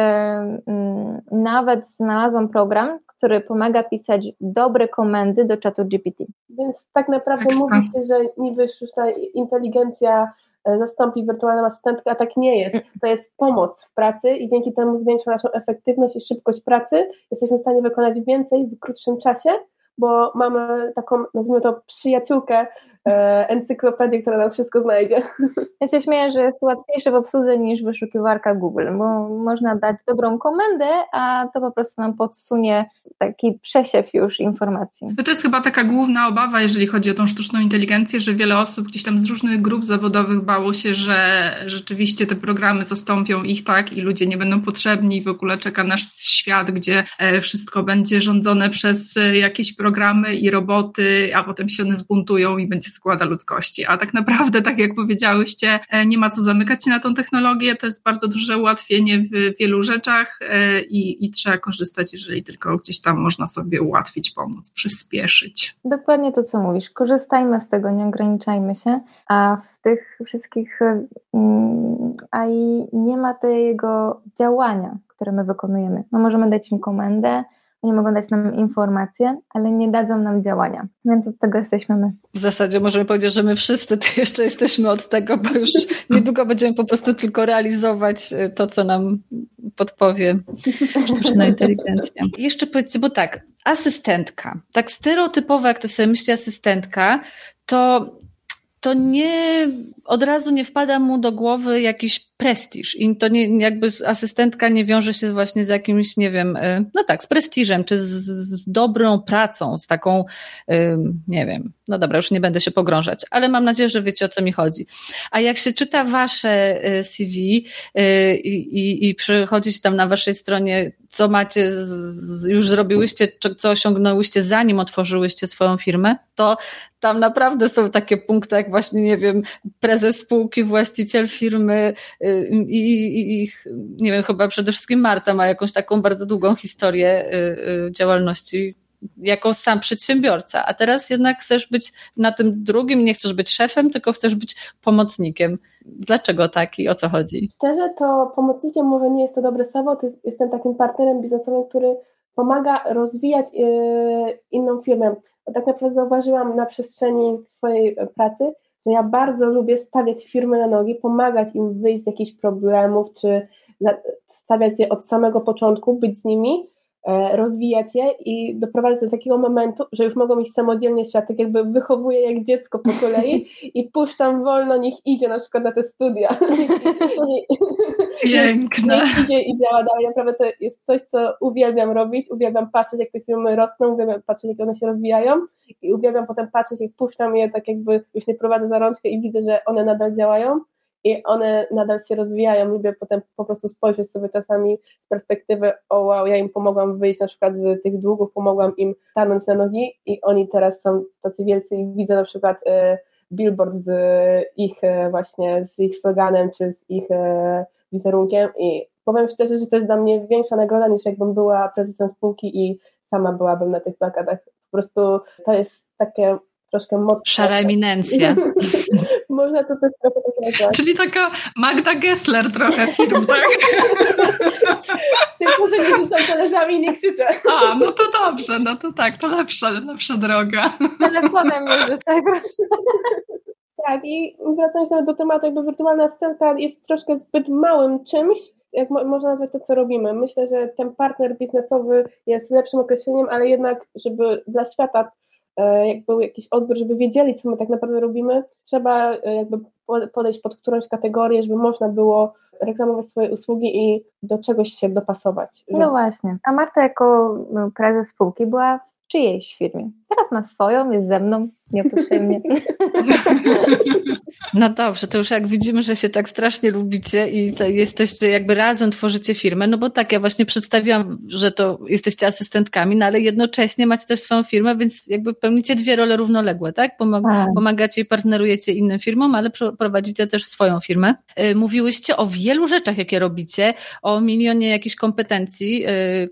nawet znalazłam program, który pomaga pisać dobre komendy do czatu GPT. Więc tak naprawdę mówi się, że niby sztuczna inteligencja zastąpi wirtualną asystentkę, a tak nie jest. To jest pomoc w pracy i dzięki temu zwiększa naszą efektywność i szybkość pracy. Jesteśmy w stanie wykonać więcej w krótszym czasie, bo mamy taką, nazwijmy to, przyjaciółkę, encyklopedię, która nam wszystko znajdzie. Ja się śmieję, że jest łatwiejsze w obsłudze niż wyszukiwarka Google, bo można dać dobrą komendę, a to po prostu nam podsunie taki przesiew już informacji. To jest chyba taka główna obawa, jeżeli chodzi o tą sztuczną inteligencję, że wiele osób gdzieś tam z różnych grup zawodowych bało się, że rzeczywiście te programy zastąpią ich, tak, i ludzie nie będą potrzebni i w ogóle czeka nasz świat, gdzie wszystko będzie rządzone przez jakieś programy i roboty, a potem się one zbuntują i będzie zagłada ludzkości. A tak naprawdę, tak jak powiedziałyście, nie ma co zamykać się na tą technologię, to jest bardzo duże ułatwienie w wielu rzeczach i trzeba korzystać, jeżeli tylko gdzieś tam można sobie ułatwić, pomóc, przyspieszyć. Dokładnie to, co mówisz. Korzystajmy z tego, nie ograniczajmy się, a w tych wszystkich AI nie ma tego działania, które my wykonujemy. No możemy dać im komendę, oni mogą dać nam informacje, ale nie dadzą nam działania. Więc od tego jesteśmy my. W zasadzie możemy powiedzieć, że my wszyscy tu jeszcze jesteśmy od tego, bo już niedługo będziemy po prostu tylko realizować to, co nam podpowie sztuczna inteligencja. I jeszcze powiedzcie, bo tak, asystentka, tak stereotypowo, jak to sobie myśli asystentka, to nie, od razu nie wpada mu do głowy jakiś prestiż i to nie, jakby asystentka nie wiąże się właśnie z jakimś, nie wiem, no tak, z prestiżem, czy z dobrą pracą, z taką, nie wiem, no dobra, już nie będę się pogrążać, ale mam nadzieję, że wiecie, o co mi chodzi. A jak się czyta wasze CV i przychodzi się tam na waszej stronie, co macie, już zrobiłyście, co osiągnęłyście, zanim otworzyłyście swoją firmę, to tam naprawdę są takie punkty, jak właśnie, nie wiem, prezes spółki, właściciel firmy i nie wiem, chyba przede wszystkim Marta ma jakąś taką bardzo długą historię działalności jako sam przedsiębiorca, a teraz jednak chcesz być na tym drugim, nie chcesz być szefem, tylko chcesz być pomocnikiem. Dlaczego tak i o co chodzi? Szczerze, to pomocnikiem może nie jest to dobre słowo, to jestem takim partnerem biznesowym, który pomaga rozwijać inną firmę. Bo tak naprawdę zauważyłam na przestrzeni swojej pracy, że ja bardzo lubię stawiać firmy na nogi, pomagać im wyjść z jakichś problemów, czy stawiać je od samego początku, być z nimi, rozwijać je i doprowadzić do takiego momentu, że już mogą iść samodzielnie w świat, tak jakby wychowuję jak dziecko po kolei i puszczam wolno, niech idzie na przykład na te studia. Piękne. Niech idzie i działa dalej. Naprawdę to jest coś, co uwielbiam robić, uwielbiam patrzeć, jak te firmy rosną, uwielbiam patrzeć, jak one się rozwijają i uwielbiam potem patrzeć, jak puszczam je, tak jakby już nie prowadzę za rączkę i widzę, że one nadal działają i one nadal się rozwijają. Lubię potem po prostu spojrzeć sobie czasami z perspektywy, o wow, ja im pomogłam wyjść na przykład z tych długów, pomogłam im stanąć na nogi i oni teraz są tacy wielcy i widzę na przykład billboard z ich właśnie, z ich sloganem czy z ich wizerunkiem i powiem szczerze, że to jest dla mnie większa nagroda niż jakbym była prezesem spółki i sama byłabym na tych plakatach. Po prostu to jest takie troszkę mocne. Szara eminencja. Można to też trochę tak nazwać. Czyli taka Magda Gessler trochę firm, tak? Tylko, że nie rzucam talerzami i nie krzyczę. A, no to dobrze, no to tak, to lepsza droga. Telefonem nie rzucaj, proszę. Tak, i wracając do tematu, jakby wirtualna asystentka jest troszkę zbyt małym czymś, jak można nazwać to, co robimy. Myślę, że ten partner biznesowy jest lepszym określeniem, ale jednak, żeby dla świata jak był jakiś odbiór, żeby wiedzieli, co my tak naprawdę robimy, trzeba jakby podejść pod którąś kategorię, żeby można było reklamować swoje usługi i do czegoś się dopasować. No właśnie. A Marta jako prezes spółki była w czyjejś firmie? Teraz ma swoją, jest ze mną, nie opuszczaj mnie. No dobrze, to już jak widzimy, że się tak strasznie lubicie i to jesteście jakby razem tworzycie firmę, no bo tak, ja właśnie przedstawiłam, że to jesteście asystentkami, no ale jednocześnie macie też swoją firmę, więc jakby pełnicie dwie role równoległe, tak? Pomagacie i partnerujecie innym firmom, ale prowadzicie też swoją firmę. Mówiłyście o wielu rzeczach, jakie robicie, o milionie jakichś kompetencji,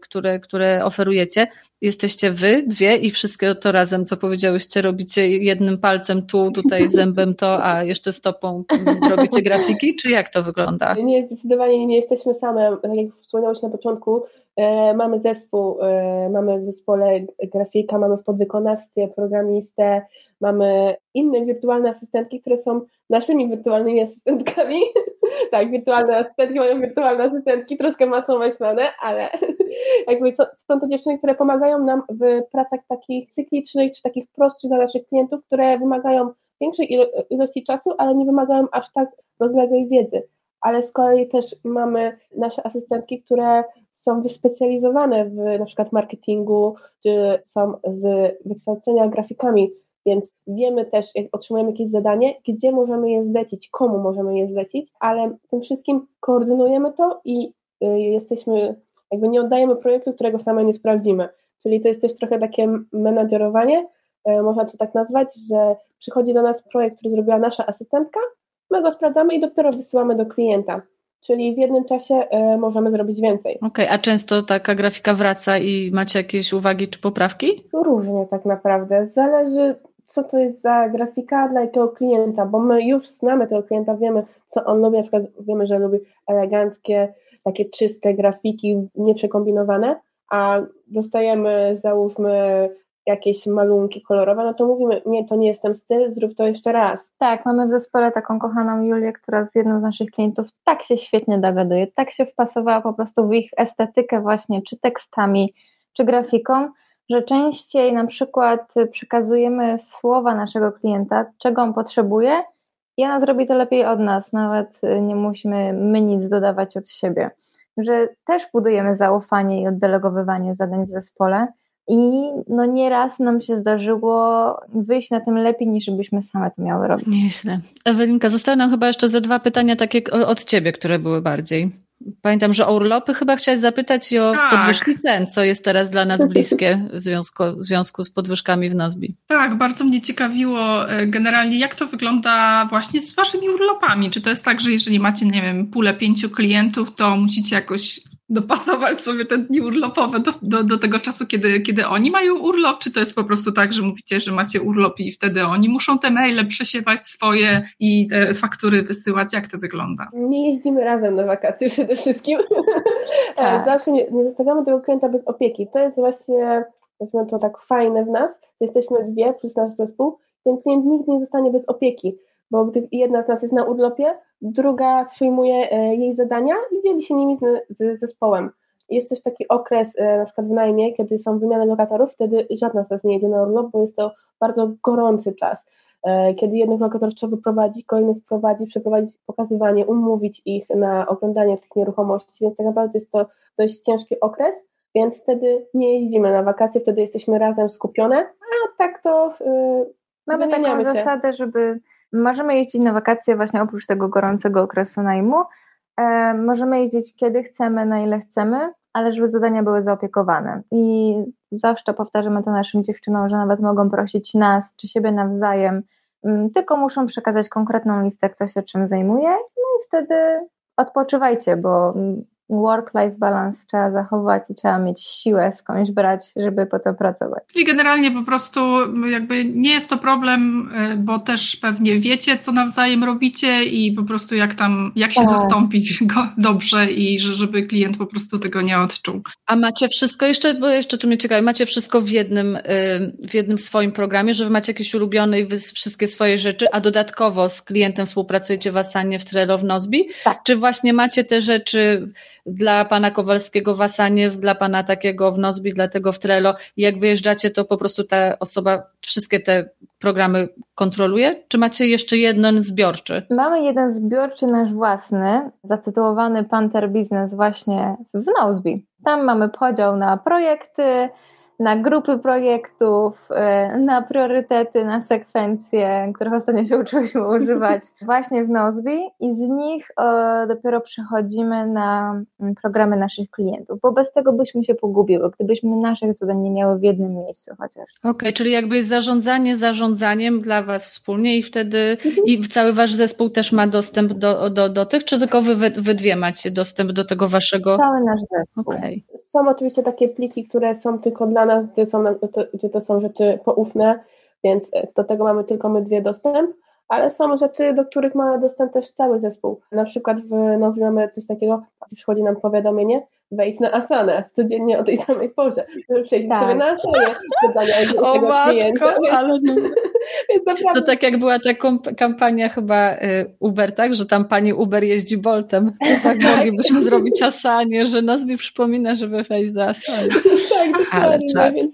które oferujecie. Jesteście wy, dwie i wszystkie to razem, co powiedziałyście, robicie jednym palcem tu, tutaj zębem to, a jeszcze stopą robicie grafiki, czy jak to wygląda? Nie, zdecydowanie nie jesteśmy same, tak jak wspomniałeś na początku, mamy zespół, mamy w zespole grafika, mamy w podwykonawstwie programistę, mamy inne wirtualne asystentki, które są naszymi wirtualnymi asystentkami. Tak, wirtualne asystentki mają wirtualne asystentki, troszkę masą myślane, ale jakby są to dziewczyny, które pomagają nam w pracach takich cyklicznych, czy takich prostszych dla naszych klientów, które wymagają większej ilości czasu, ale nie wymagają aż tak rozległej wiedzy. Ale z kolei też mamy nasze asystentki, które są wyspecjalizowane w na przykład marketingu, czy są z wykształcenia grafikami, więc wiemy też, jak otrzymujemy jakieś zadanie, gdzie możemy je zlecić, komu możemy je zlecić, ale tym wszystkim koordynujemy to i jesteśmy, jakby nie oddajemy projektu, którego same nie sprawdzimy. Czyli to jest też trochę takie menadżerowanie, można to tak nazwać, że przychodzi do nas projekt, który zrobiła nasza asystentka, my go sprawdzamy i dopiero wysyłamy do klienta. Czyli w jednym czasie możemy zrobić więcej. Okej, a często taka grafika wraca i macie jakieś uwagi czy poprawki? Różnie tak naprawdę. Zależy, co to jest za grafika dla jakiego klienta, bo my już znamy tego klienta, wiemy, co on lubi, na przykład wiemy, że lubi eleganckie, takie czyste grafiki, nieprzekombinowane, a dostajemy, załóżmy, jakieś malunki kolorowe, no to mówimy, nie, to nie jest ten styl, zrób to jeszcze raz. Tak, mamy w zespole taką kochaną Julię, która z jedną z naszych klientów tak się świetnie dogaduje, tak się wpasowała po prostu w ich estetykę właśnie, czy tekstami, czy grafiką, że częściej na przykład przekazujemy słowa naszego klienta, czego on potrzebuje i ona zrobi to lepiej od nas, nawet nie musimy my nic dodawać od siebie. Że też budujemy zaufanie i oddelegowywanie zadań w zespole. I no nieraz nam się zdarzyło wyjść na tym lepiej, niż byśmy same to miały robić. Nieźle. Ewelinka, zostały nam chyba jeszcze ze 2 pytania takie od ciebie, które były bardziej. Pamiętam, że o urlopy chyba chciałaś zapytać i o podwyżki cen, co jest teraz dla nas bliskie w związku z podwyżkami w Nozbi. Tak, bardzo mnie ciekawiło generalnie, jak to wygląda właśnie z waszymi urlopami. Czy to jest tak, że jeżeli macie, nie wiem, pulę 5 klientów, to musicie jakoś dopasować sobie te dni urlopowe do tego czasu, kiedy oni mają urlop, czy to jest po prostu tak, że mówicie, że macie urlop i wtedy oni muszą te maile przesiewać swoje i te faktury wysyłać? Jak to wygląda? Nie jeździmy razem na wakacje przede wszystkim. Tak. Zawsze nie zostawiamy tego klienta bez opieki. To jest właśnie, nazwijmy to tak, fajne w nas, że jesteśmy 2 plus nasz zespół, ten klient nigdy nie zostanie bez opieki, bo gdy jedna z nas jest na urlopie, druga przyjmuje jej zadania i dzieli się nimi z zespołem. Jest też taki okres, na przykład w najmie, kiedy są wymiany lokatorów, wtedy żadna z nas nie jedzie na urlop, bo jest to bardzo gorący czas. Kiedy jednych lokatorów trzeba wyprowadzić, kolejnych wprowadzić, przeprowadzić pokazywanie, umówić ich na oglądanie tych nieruchomości, więc tak naprawdę jest to dość ciężki okres, więc wtedy nie jeździmy na wakacje, wtedy jesteśmy razem skupione, a tak to mamy taką zasadę, żeby możemy jeździć na wakacje właśnie oprócz tego gorącego okresu najmu. Możemy jeździć kiedy chcemy, na ile chcemy, ale żeby zadania były zaopiekowane. I zawsze powtarzamy to naszym dziewczynom, że nawet mogą prosić nas czy siebie nawzajem, tylko muszą przekazać konkretną listę, kto się czym zajmuje, no i wtedy odpoczywajcie, bo work-life balance trzeba zachować i trzeba mieć siłę skądś brać, żeby po to pracować. Czyli generalnie po prostu jakby nie jest to problem, bo też pewnie wiecie, co nawzajem robicie i po prostu jak się zastąpić go dobrze i żeby klient po prostu tego nie odczuł. A macie wszystko jeszcze, bo jeszcze tu mnie ciekawi, macie wszystko w jednym swoim programie, że wy macie jakieś ulubione i wy wszystkie swoje rzeczy, a dodatkowo z klientem współpracujecie w Asanie, w Trello, w Nozbi? Tak. Czy właśnie macie te rzeczy dla pana Kowalskiego w Asanie, dla pana takiego w Nozbi, dla tego w Trello i jak wyjeżdżacie, to po prostu ta osoba wszystkie te programy kontroluje? Czy macie jeszcze jeden zbiorczy? Mamy jeden zbiorczy nasz własny, zatytułowany Panther Business właśnie w Nozbi. Tam mamy podział na projekty, na grupy projektów, na priorytety, na sekwencje, których ostatnio się uczyłyśmy używać właśnie w Nozbi i z nich dopiero przechodzimy na programy naszych klientów, bo bez tego byśmy się pogubiły, gdybyśmy naszych zadań nie miały w jednym miejscu chociaż. Okej, czyli jakby jest zarządzaniem dla was wspólnie i wtedy i cały wasz zespół też ma dostęp do tych, czy tylko wy dwie macie dostęp do tego waszego? Cały nasz zespół. Okay. Są oczywiście takie pliki, które są tylko dla nas, gdzie to są rzeczy poufne, więc do tego mamy tylko my dwie dostęp, ale są rzeczy, do których ma dostęp też cały zespół. Na przykład w Nozbi mamy coś takiego, przychodzi nam powiadomienie, wejdź na Asanę codziennie o tej samej porze, żeby przejść sobie na Asanie zadania tego klienta. Ale to tak jak była ta kampania chyba Uber, tak? Że tam pani Uber jeździ Boltem. To tak moglibyśmy zrobić Asanie, że Nozbi przypomina, żeby wejść do Asany. Tak, dokładnie, więc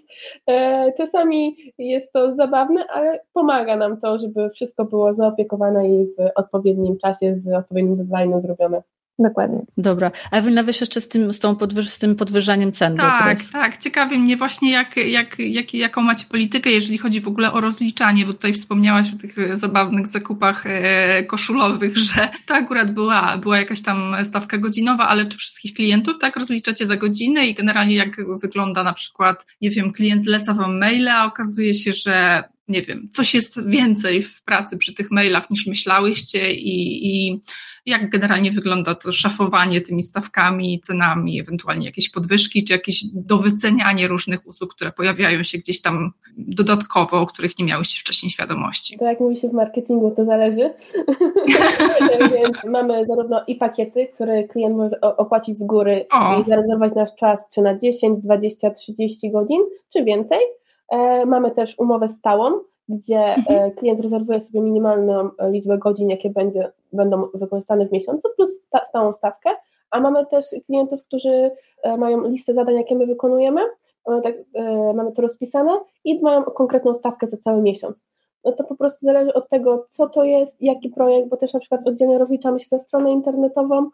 czasami jest to zabawne, ale pomaga nam to, żeby wszystko było zaopiekowane i w odpowiednim czasie z odpowiednim designem zrobione. Dokładnie. Dobra, a Ewelina, wiesz jeszcze z tym podwyższaniem cen? Tak. Ciekawi mnie właśnie, jaką macie politykę, jeżeli chodzi w ogóle o rozliczanie, bo tutaj wspomniałaś o tych zabawnych zakupach koszulowych, że to akurat była jakaś tam stawka godzinowa, ale czy wszystkich klientów tak rozliczacie za godzinę i generalnie jak wygląda na przykład, nie wiem, klient zleca wam maile, a okazuje się, że nie wiem, coś jest więcej w pracy przy tych mailach niż myślałyście i jak generalnie wygląda to szafowanie tymi stawkami, cenami, ewentualnie jakieś podwyżki, czy jakieś dowycenianie różnych usług, które pojawiają się gdzieś tam dodatkowo, o których nie miałyście wcześniej świadomości. To jak mówi się w marketingu, to zależy. Więc mamy zarówno i pakiety, które klient może opłacić z góry i zarezerwować nasz czas, czy na 10, 20, 30 godzin, czy więcej. Mamy też umowę stałą, gdzie klient rezerwuje sobie minimalną liczbę godzin, jakie będą wykorzystane w miesiącu, plus stałą stawkę, a mamy też klientów, którzy mają listę zadań, jakie my wykonujemy, mamy to rozpisane i mają konkretną stawkę za cały miesiąc. No to po prostu zależy od tego, co to jest, jaki projekt, bo też na przykład oddzielnie rozliczamy się za stronę internetową,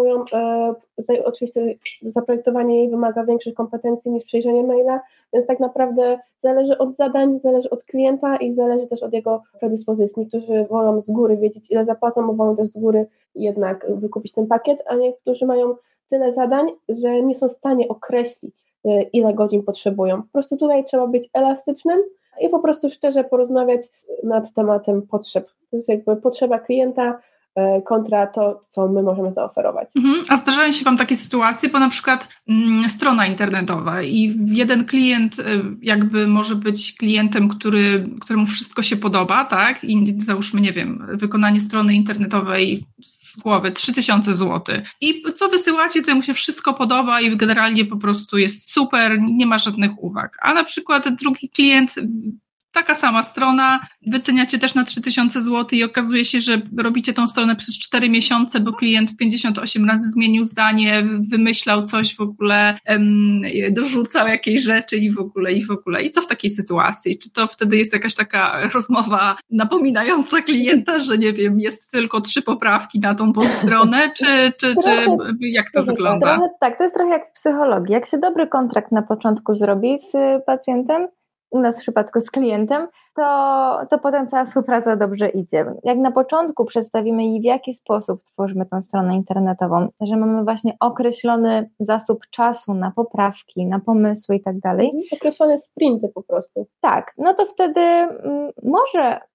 oczywiście zaprojektowanie jej wymaga większych kompetencji niż przejrzenie maila, więc tak naprawdę zależy od zadań, zależy od klienta i zależy też od jego predyspozycji. Niektórzy wolą z góry wiedzieć, ile zapłacą, bo wolą też z góry jednak wykupić ten pakiet, a niektórzy mają tyle zadań, że nie są w stanie określić, ile godzin potrzebują. Po prostu tutaj trzeba być elastycznym i po prostu szczerze porozmawiać nad tematem potrzeb. To jest jakby potrzeba klienta kontra to, co my możemy zaoferować. A zdarzają się wam takie sytuacje, bo na przykład strona internetowa i jeden klient jakby może być klientem, któremu wszystko się podoba, tak? I załóżmy, nie wiem, wykonanie strony internetowej z głowy 3000 zł. I co wysyłacie, temu się wszystko podoba i generalnie po prostu jest super, nie ma żadnych uwag. A na przykład drugi klient, taka sama strona, wyceniacie też na 3000 zł i okazuje się, że robicie tą stronę przez 4 miesiące, bo klient 58 razy zmienił zdanie, wymyślał coś w ogóle, dorzucał jakieś rzeczy i w ogóle. I co w takiej sytuacji? Czy to wtedy jest jakaś taka rozmowa napominająca klienta, że nie wiem, jest tylko 3 poprawki na tą podstronę, czy jak to wygląda? Tak, to jest trochę jak w psychologii. Jak się dobry kontrakt na początku zrobi z pacjentem, u nas w przypadku z klientem, to potem cała współpraca dobrze idzie. Jak na początku przedstawimy jej, w jaki sposób tworzymy tą stronę internetową, że mamy właśnie określony zasób czasu na poprawki, na pomysły i tak dalej. Określone sprinty po prostu. Tak, no to wtedy może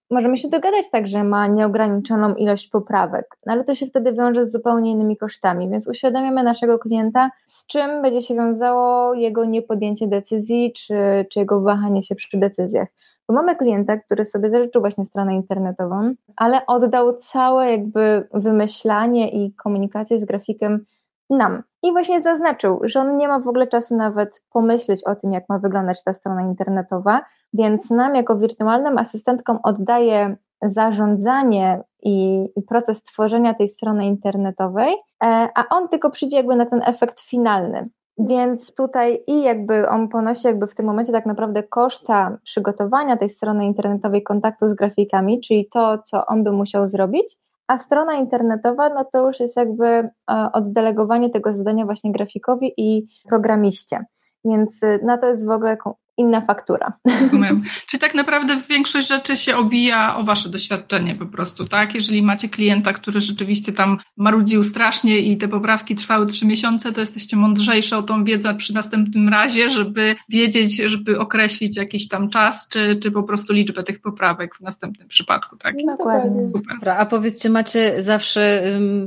możemy się dogadać tak, że ma nieograniczoną ilość poprawek, ale to się wtedy wiąże z zupełnie innymi kosztami, więc uświadamiamy naszego klienta, z czym będzie się wiązało jego niepodjęcie decyzji, czy jego wahanie się przy decyzjach. Bo mamy klienta, który sobie zażyczył właśnie stronę internetową, ale oddał całe jakby wymyślanie i komunikację z grafikiem nam. I właśnie zaznaczył, że on nie ma w ogóle czasu nawet pomyśleć o tym, jak ma wyglądać ta strona internetowa, więc nam jako wirtualnym asystentkom oddaje zarządzanie i proces tworzenia tej strony internetowej, a on tylko przyjdzie jakby na ten efekt finalny. Więc tutaj i jakby on ponosi jakby w tym momencie tak naprawdę koszta przygotowania tej strony internetowej, kontaktu z grafikami, czyli to, co on by musiał zrobić, a strona internetowa, no to już jest jakby oddelegowanie tego zadania właśnie grafikowi i programiście. Więc no to jest w ogóle inna faktura. Rozumiem. Czyli tak naprawdę większość rzeczy się obija o wasze doświadczenie po prostu, tak? Jeżeli macie klienta, który rzeczywiście tam marudził strasznie i te poprawki trwały 3 miesiące, to jesteście mądrzejsze o tą wiedzę przy następnym razie, żeby wiedzieć, żeby określić jakiś tam czas, czy po prostu liczbę tych poprawek w następnym przypadku, tak? Dokładnie. Super. A powiedzcie, macie zawsze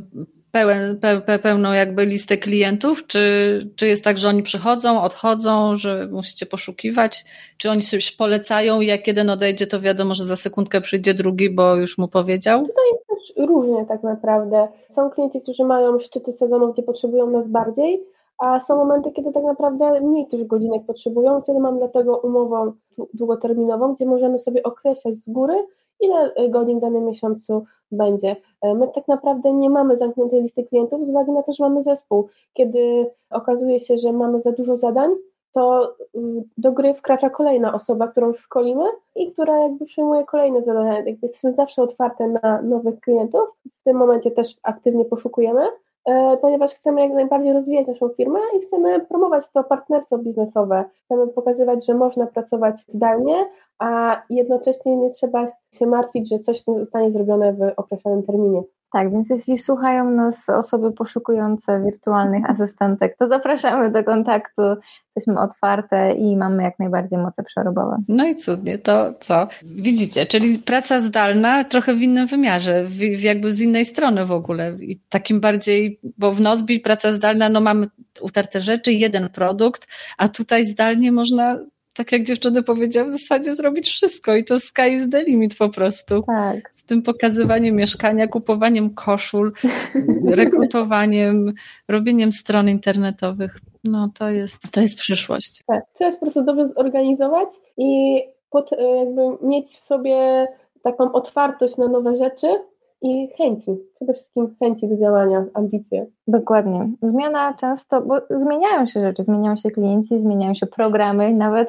pełną jakby listę klientów, czy jest tak, że oni przychodzą, odchodzą, że musicie poszukiwać, czy oni się polecają i jak jeden odejdzie, to wiadomo, że za sekundkę przyjdzie drugi, bo już mu powiedział? Tutaj jest też różnie tak naprawdę. Są klienci, którzy mają szczyty sezonu, gdzie potrzebują nas bardziej, a są momenty, kiedy tak naprawdę mniej tych godzinek potrzebują, wtedy mam dlatego umowę długoterminową, gdzie możemy sobie określać z góry, ile godzin w danym miesiącu będzie. My tak naprawdę nie mamy zamkniętej listy klientów z uwagi na to, że mamy zespół. Kiedy okazuje się, że mamy za dużo zadań, to do gry wkracza kolejna osoba, którą szkolimy i która jakby przyjmuje kolejne zadania. Jakby jesteśmy zawsze otwarte na nowych klientów. W tym momencie też aktywnie poszukujemy, ponieważ chcemy jak najbardziej rozwijać naszą firmę i chcemy promować to partnerstwo biznesowe. Chcemy pokazywać, że można pracować zdalnie, a jednocześnie nie trzeba się martwić, że coś nie zostanie zrobione w określonym terminie. Tak, więc jeśli słuchają nas osoby poszukujące wirtualnych asystentek, to zapraszamy do kontaktu, jesteśmy otwarte i mamy jak najbardziej moce przerobowe. No i cudnie, to co? Widzicie, czyli praca zdalna trochę w innym wymiarze, jakby z innej strony w ogóle i takim bardziej, bo w Nozbi praca zdalna, no mamy utarte rzeczy, jeden produkt, a tutaj zdalnie można, tak jak dziewczyny powiedziały, w zasadzie zrobić wszystko i to sky is the limit po prostu. Tak. Z tym pokazywaniem mieszkania, kupowaniem koszul, rekrutowaniem, robieniem stron internetowych. No to jest przyszłość. Tak, trzeba się po prostu dobrze zorganizować i jakby mieć w sobie taką otwartość na nowe rzeczy i chęci, przede wszystkim chęci do działania, ambicje. Dokładnie. Zmiana często, bo zmieniają się rzeczy, zmieniają się klienci, zmieniają się programy nawet,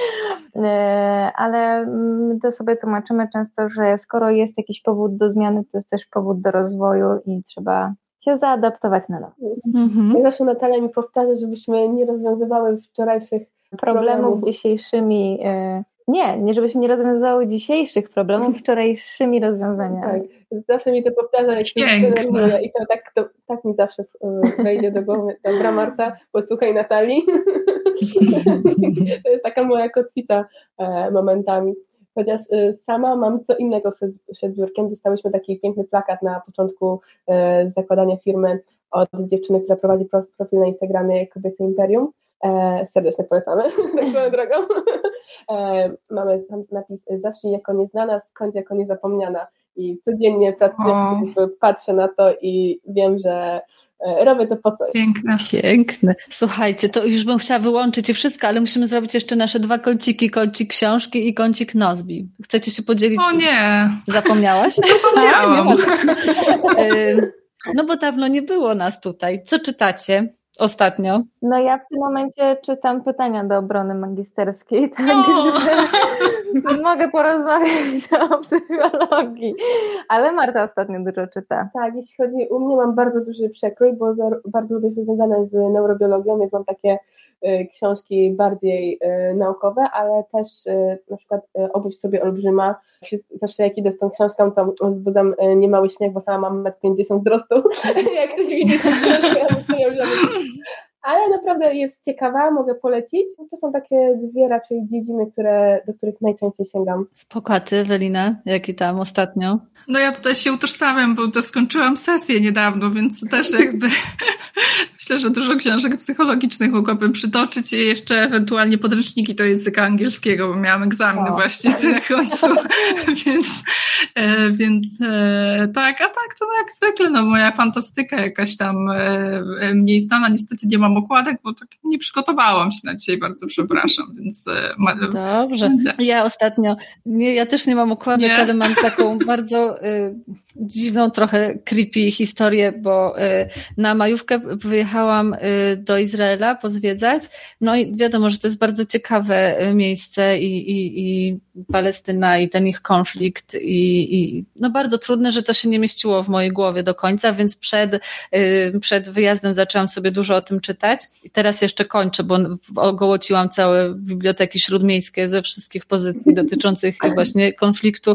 ale to sobie tłumaczymy często, że skoro jest jakiś powód do zmiany, to jest też powód do rozwoju i trzeba się zaadaptować na nowo. Ja zawsze Natalia mi powtarza, żebyśmy nie rozwiązywały wczorajszych problemów dzisiejszymi. Nie żebyśmy nie rozwiązywały dzisiejszych problemów wczorajszymi rozwiązaniami. Tak, zawsze mi to powtarza, jak się denerwuję i tak mi zawsze wejdzie do głowy. Dobra Marta, posłuchaj Natalii. To jest taka moja kotwica momentami. Chociaż sama mam co innego przed biurkiem. Dostałyśmy taki piękny plakat na początku zakładania firmy od dziewczyny, która prowadzi profil na Instagramie Kobiece Imperium. Serdecznie polecamy, tak swoją drogą. Mamy tam napis: zacznij jako nieznana, skończ jako niezapomniana. I codziennie pracuję, patrzę na to i wiem, że robię to po coś. Piękne. Słuchajcie, to już bym chciała wyłączyć i wszystko, ale musimy zrobić jeszcze nasze 2 kąciki. Kącik książki i kącik Nozbi. Chcecie się podzielić? O nie! Zapomniałaś? Zapomniałam. No bo dawno nie było nas tutaj. Co czytacie ostatnio? No ja w tym momencie czytam pytania do obrony magisterskiej, także mogę porozmawiać o psychologii, ale Marta ostatnio dużo czyta. Tak, jeśli chodzi u mnie, mam bardzo duży przekrój, bo bardzo lubię się związane z neurobiologią, więc mam takie książki bardziej naukowe, ale też na przykład Obudź sobie olbrzyma. Zawsze jak idę z tą książką, to wzbudzam niemały śmiech, bo sama mam 1,50 m wzrostu. Jak ktoś widzi tę książkę, ale naprawdę jest ciekawa, mogę polecić. To są takie dwie raczej dziedziny, do których najczęściej sięgam. Spoko, a ty, Ewelina, jaki tam ostatnio? No ja tutaj się utożsamiam, bo to skończyłam sesję niedawno, więc też jakby myślę, że dużo książek psychologicznych mogłabym przytoczyć i jeszcze ewentualnie podręczniki do języka angielskiego, bo miałam egzamin właśnie na końcu, więc tak, a tak to jak zwykle, no moja fantastyka jakaś tam mniej znana, niestety nie mam okładek, bo tak nie przygotowałam się na dzisiaj, bardzo przepraszam, więc... Dobrze, ja ostatnio, ja też nie mam okładek, ale mam taką bardzo dziwną, trochę creepy historię, bo na majówkę wyjechałam do Izraela pozwiedzać, no i wiadomo, że to jest bardzo ciekawe miejsce i Palestyna i ten ich konflikt i no bardzo trudne, że to się nie mieściło w mojej głowie do końca, więc przed wyjazdem zaczęłam sobie dużo o tym czytać i teraz jeszcze kończę, bo ogołociłam całe biblioteki śródmiejskie ze wszystkich pozycji dotyczących właśnie konfliktu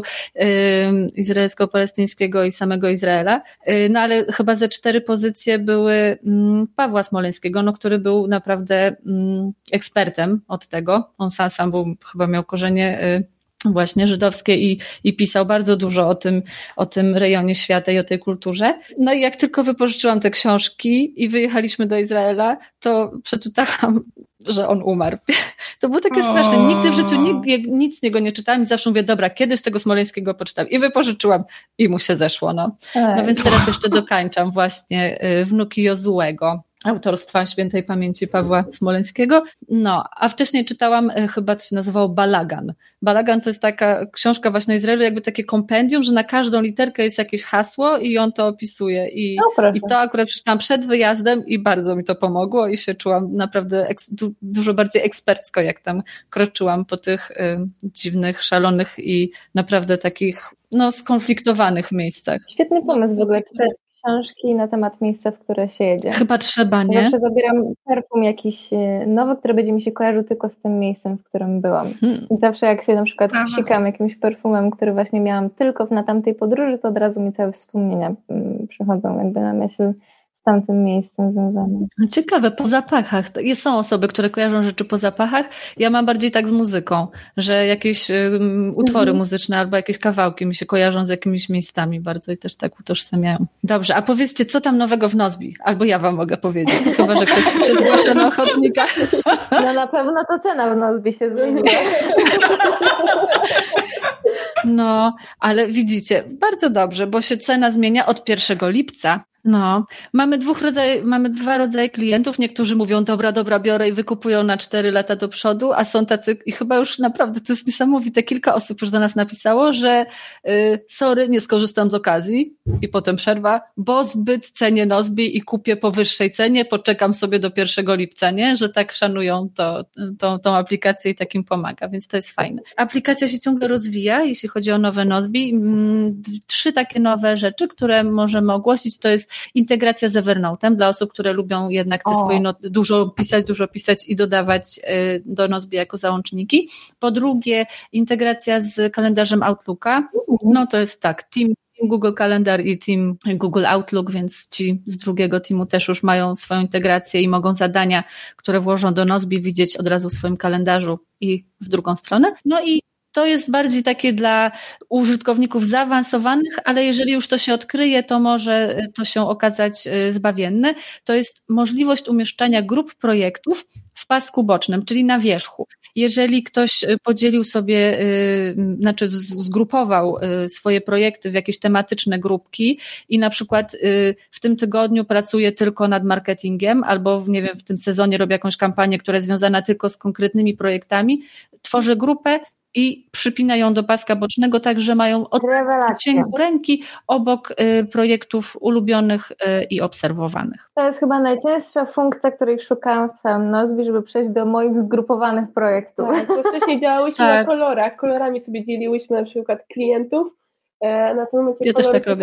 izraelsko-palestyńskiego i samego Izraela, no ale chyba ze 4 pozycje były Pawła Smoleńskiego, no, który był naprawdę ekspertem od tego, on sam był, chyba miał korzenie właśnie żydowskie i pisał bardzo dużo o tym rejonie świata i o tej kulturze. No i jak tylko wypożyczyłam te książki i wyjechaliśmy do Izraela, to przeczytałam, że on umarł. To było takie straszne. Nigdy w życiu nic z niego nie czytałam i zawsze mówię, dobra, kiedyś tego Smoleńskiego poczytam. I wypożyczyłam i mu się zeszło. No więc teraz jeszcze dokańczam właśnie Wnuki Jozułego, autorstwa świętej pamięci Pawła Smoleńskiego. No, a wcześniej czytałam, chyba to się nazywało Balagan. Balagan to jest taka książka właśnie o Izraelu, jakby takie kompendium, że na każdą literkę jest jakieś hasło i on to opisuje. I to akurat przeczytałam przed wyjazdem i bardzo mi to pomogło i się czułam naprawdę dużo bardziej ekspercko, jak tam kroczyłam po tych dziwnych, szalonych i naprawdę takich skonfliktowanych miejscach. Świetny pomysł w ogóle czytać książki na temat miejsca, w które się jedzie. Chyba trzeba, nie? Zawsze zabieram perfum jakiś nowy, który będzie mi się kojarzył tylko z tym miejscem, w którym byłam. I zawsze jak się na przykład psikam jakimś perfumem, który właśnie miałam tylko na tamtej podróży, to od razu mi całe wspomnienia przychodzą jakby na myśl z tamtym miejscem związane. Ciekawe, po zapachach. Są osoby, które kojarzą rzeczy po zapachach. Ja mam bardziej tak z muzyką, że jakieś utwory muzyczne albo jakieś kawałki mi się kojarzą z jakimiś miejscami bardzo i też tak utożsamiają. Dobrze, a powiedzcie, co tam nowego w Nozbi? Albo ja wam mogę powiedzieć, chyba że ktoś się zgłasza na ochotnika. No na pewno to cena w Nozbi się zmieniła. No, ale widzicie, bardzo dobrze, bo się cena zmienia od 1 lipca. No, mamy 2 rodzaje klientów. Niektórzy mówią, dobra, biorę i wykupują na 4 lata do przodu, a są tacy, i chyba już naprawdę to jest niesamowite, kilka osób już do nas napisało, że sorry, nie skorzystam z okazji i potem przerwa, bo zbyt cenię Nozbi i kupię po wyższej cenie, poczekam sobie do 1 lipca, nie? Że tak szanują tą aplikację i tak im pomaga, więc to jest fajne. Aplikacja się ciągle rozwija, jeśli chodzi o nowe Nozbi. 3 takie nowe rzeczy, które możemy ogłosić, to jest integracja z Evernote'em dla osób, które lubią jednak te swoje noty dużo pisać i dodawać do Nozbi jako załączniki. Po drugie, integracja z kalendarzem Outlooka. No to jest tak, Team Google Calendar i Team Google Outlook, więc ci z drugiego teamu też już mają swoją integrację i mogą zadania, które włożą do Nozbi, widzieć od razu w swoim kalendarzu i w drugą stronę. No i to jest bardziej takie dla użytkowników zaawansowanych, ale jeżeli już to się odkryje, to może to się okazać zbawienne. To jest możliwość umieszczania grup projektów w pasku bocznym, czyli na wierzchu. Jeżeli ktoś podzielił sobie, zgrupował swoje projekty w jakieś tematyczne grupki i na przykład w tym tygodniu pracuje tylko nad marketingiem albo w tym sezonie robi jakąś kampanię, która jest związana tylko z konkretnymi projektami, tworzy grupę i przypina ją do paska bocznego, tak że mają cienką ręki obok projektów ulubionych i obserwowanych. To jest chyba najczęstsza funkcja, której szukałam w całym Nozbi, żeby przejść do moich zgrupowanych projektów. Tak, to wcześniej działałyśmy na kolorach. Kolorami sobie dzieliłyśmy na przykład klientów, na tym momencie ja też tak robię.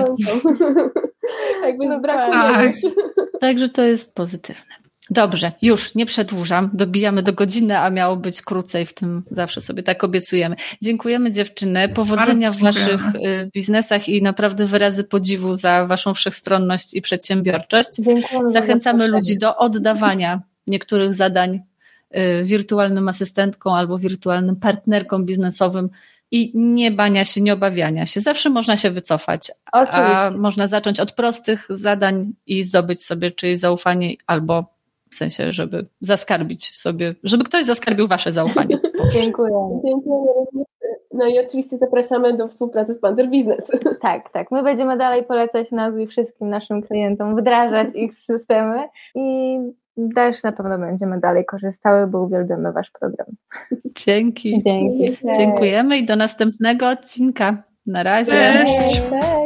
Jakby zabrakło. Także to jest pozytywne. Dobrze, już nie przedłużam, dobijamy do godziny, a miało być krócej, w tym zawsze sobie tak obiecujemy. Dziękujemy dziewczyny, powodzenia w waszych biznesach i naprawdę wyrazy podziwu za waszą wszechstronność i przedsiębiorczość. Dziękujemy. Zachęcamy ludzi do oddawania niektórych zadań wirtualnym asystentką albo wirtualnym partnerką biznesowym i nie bania się, nie obawiania się. Zawsze można się wycofać, a można zacząć od prostych zadań i zdobyć sobie czyjeś zaufanie albo w sensie, żeby zaskarbić sobie, żeby ktoś zaskarbił wasze zaufanie. Dziękuję. Dziękujemy również. No i oczywiście zapraszamy do współpracy z Panther Business. Tak. My będziemy dalej polecać nazwy wszystkim naszym klientom, wdrażać ich w systemy i też na pewno będziemy dalej korzystały, bo uwielbiamy wasz program. Dzięki. Dzięki. Dziękujemy i do następnego odcinka. Na razie. Cześć. Cześć.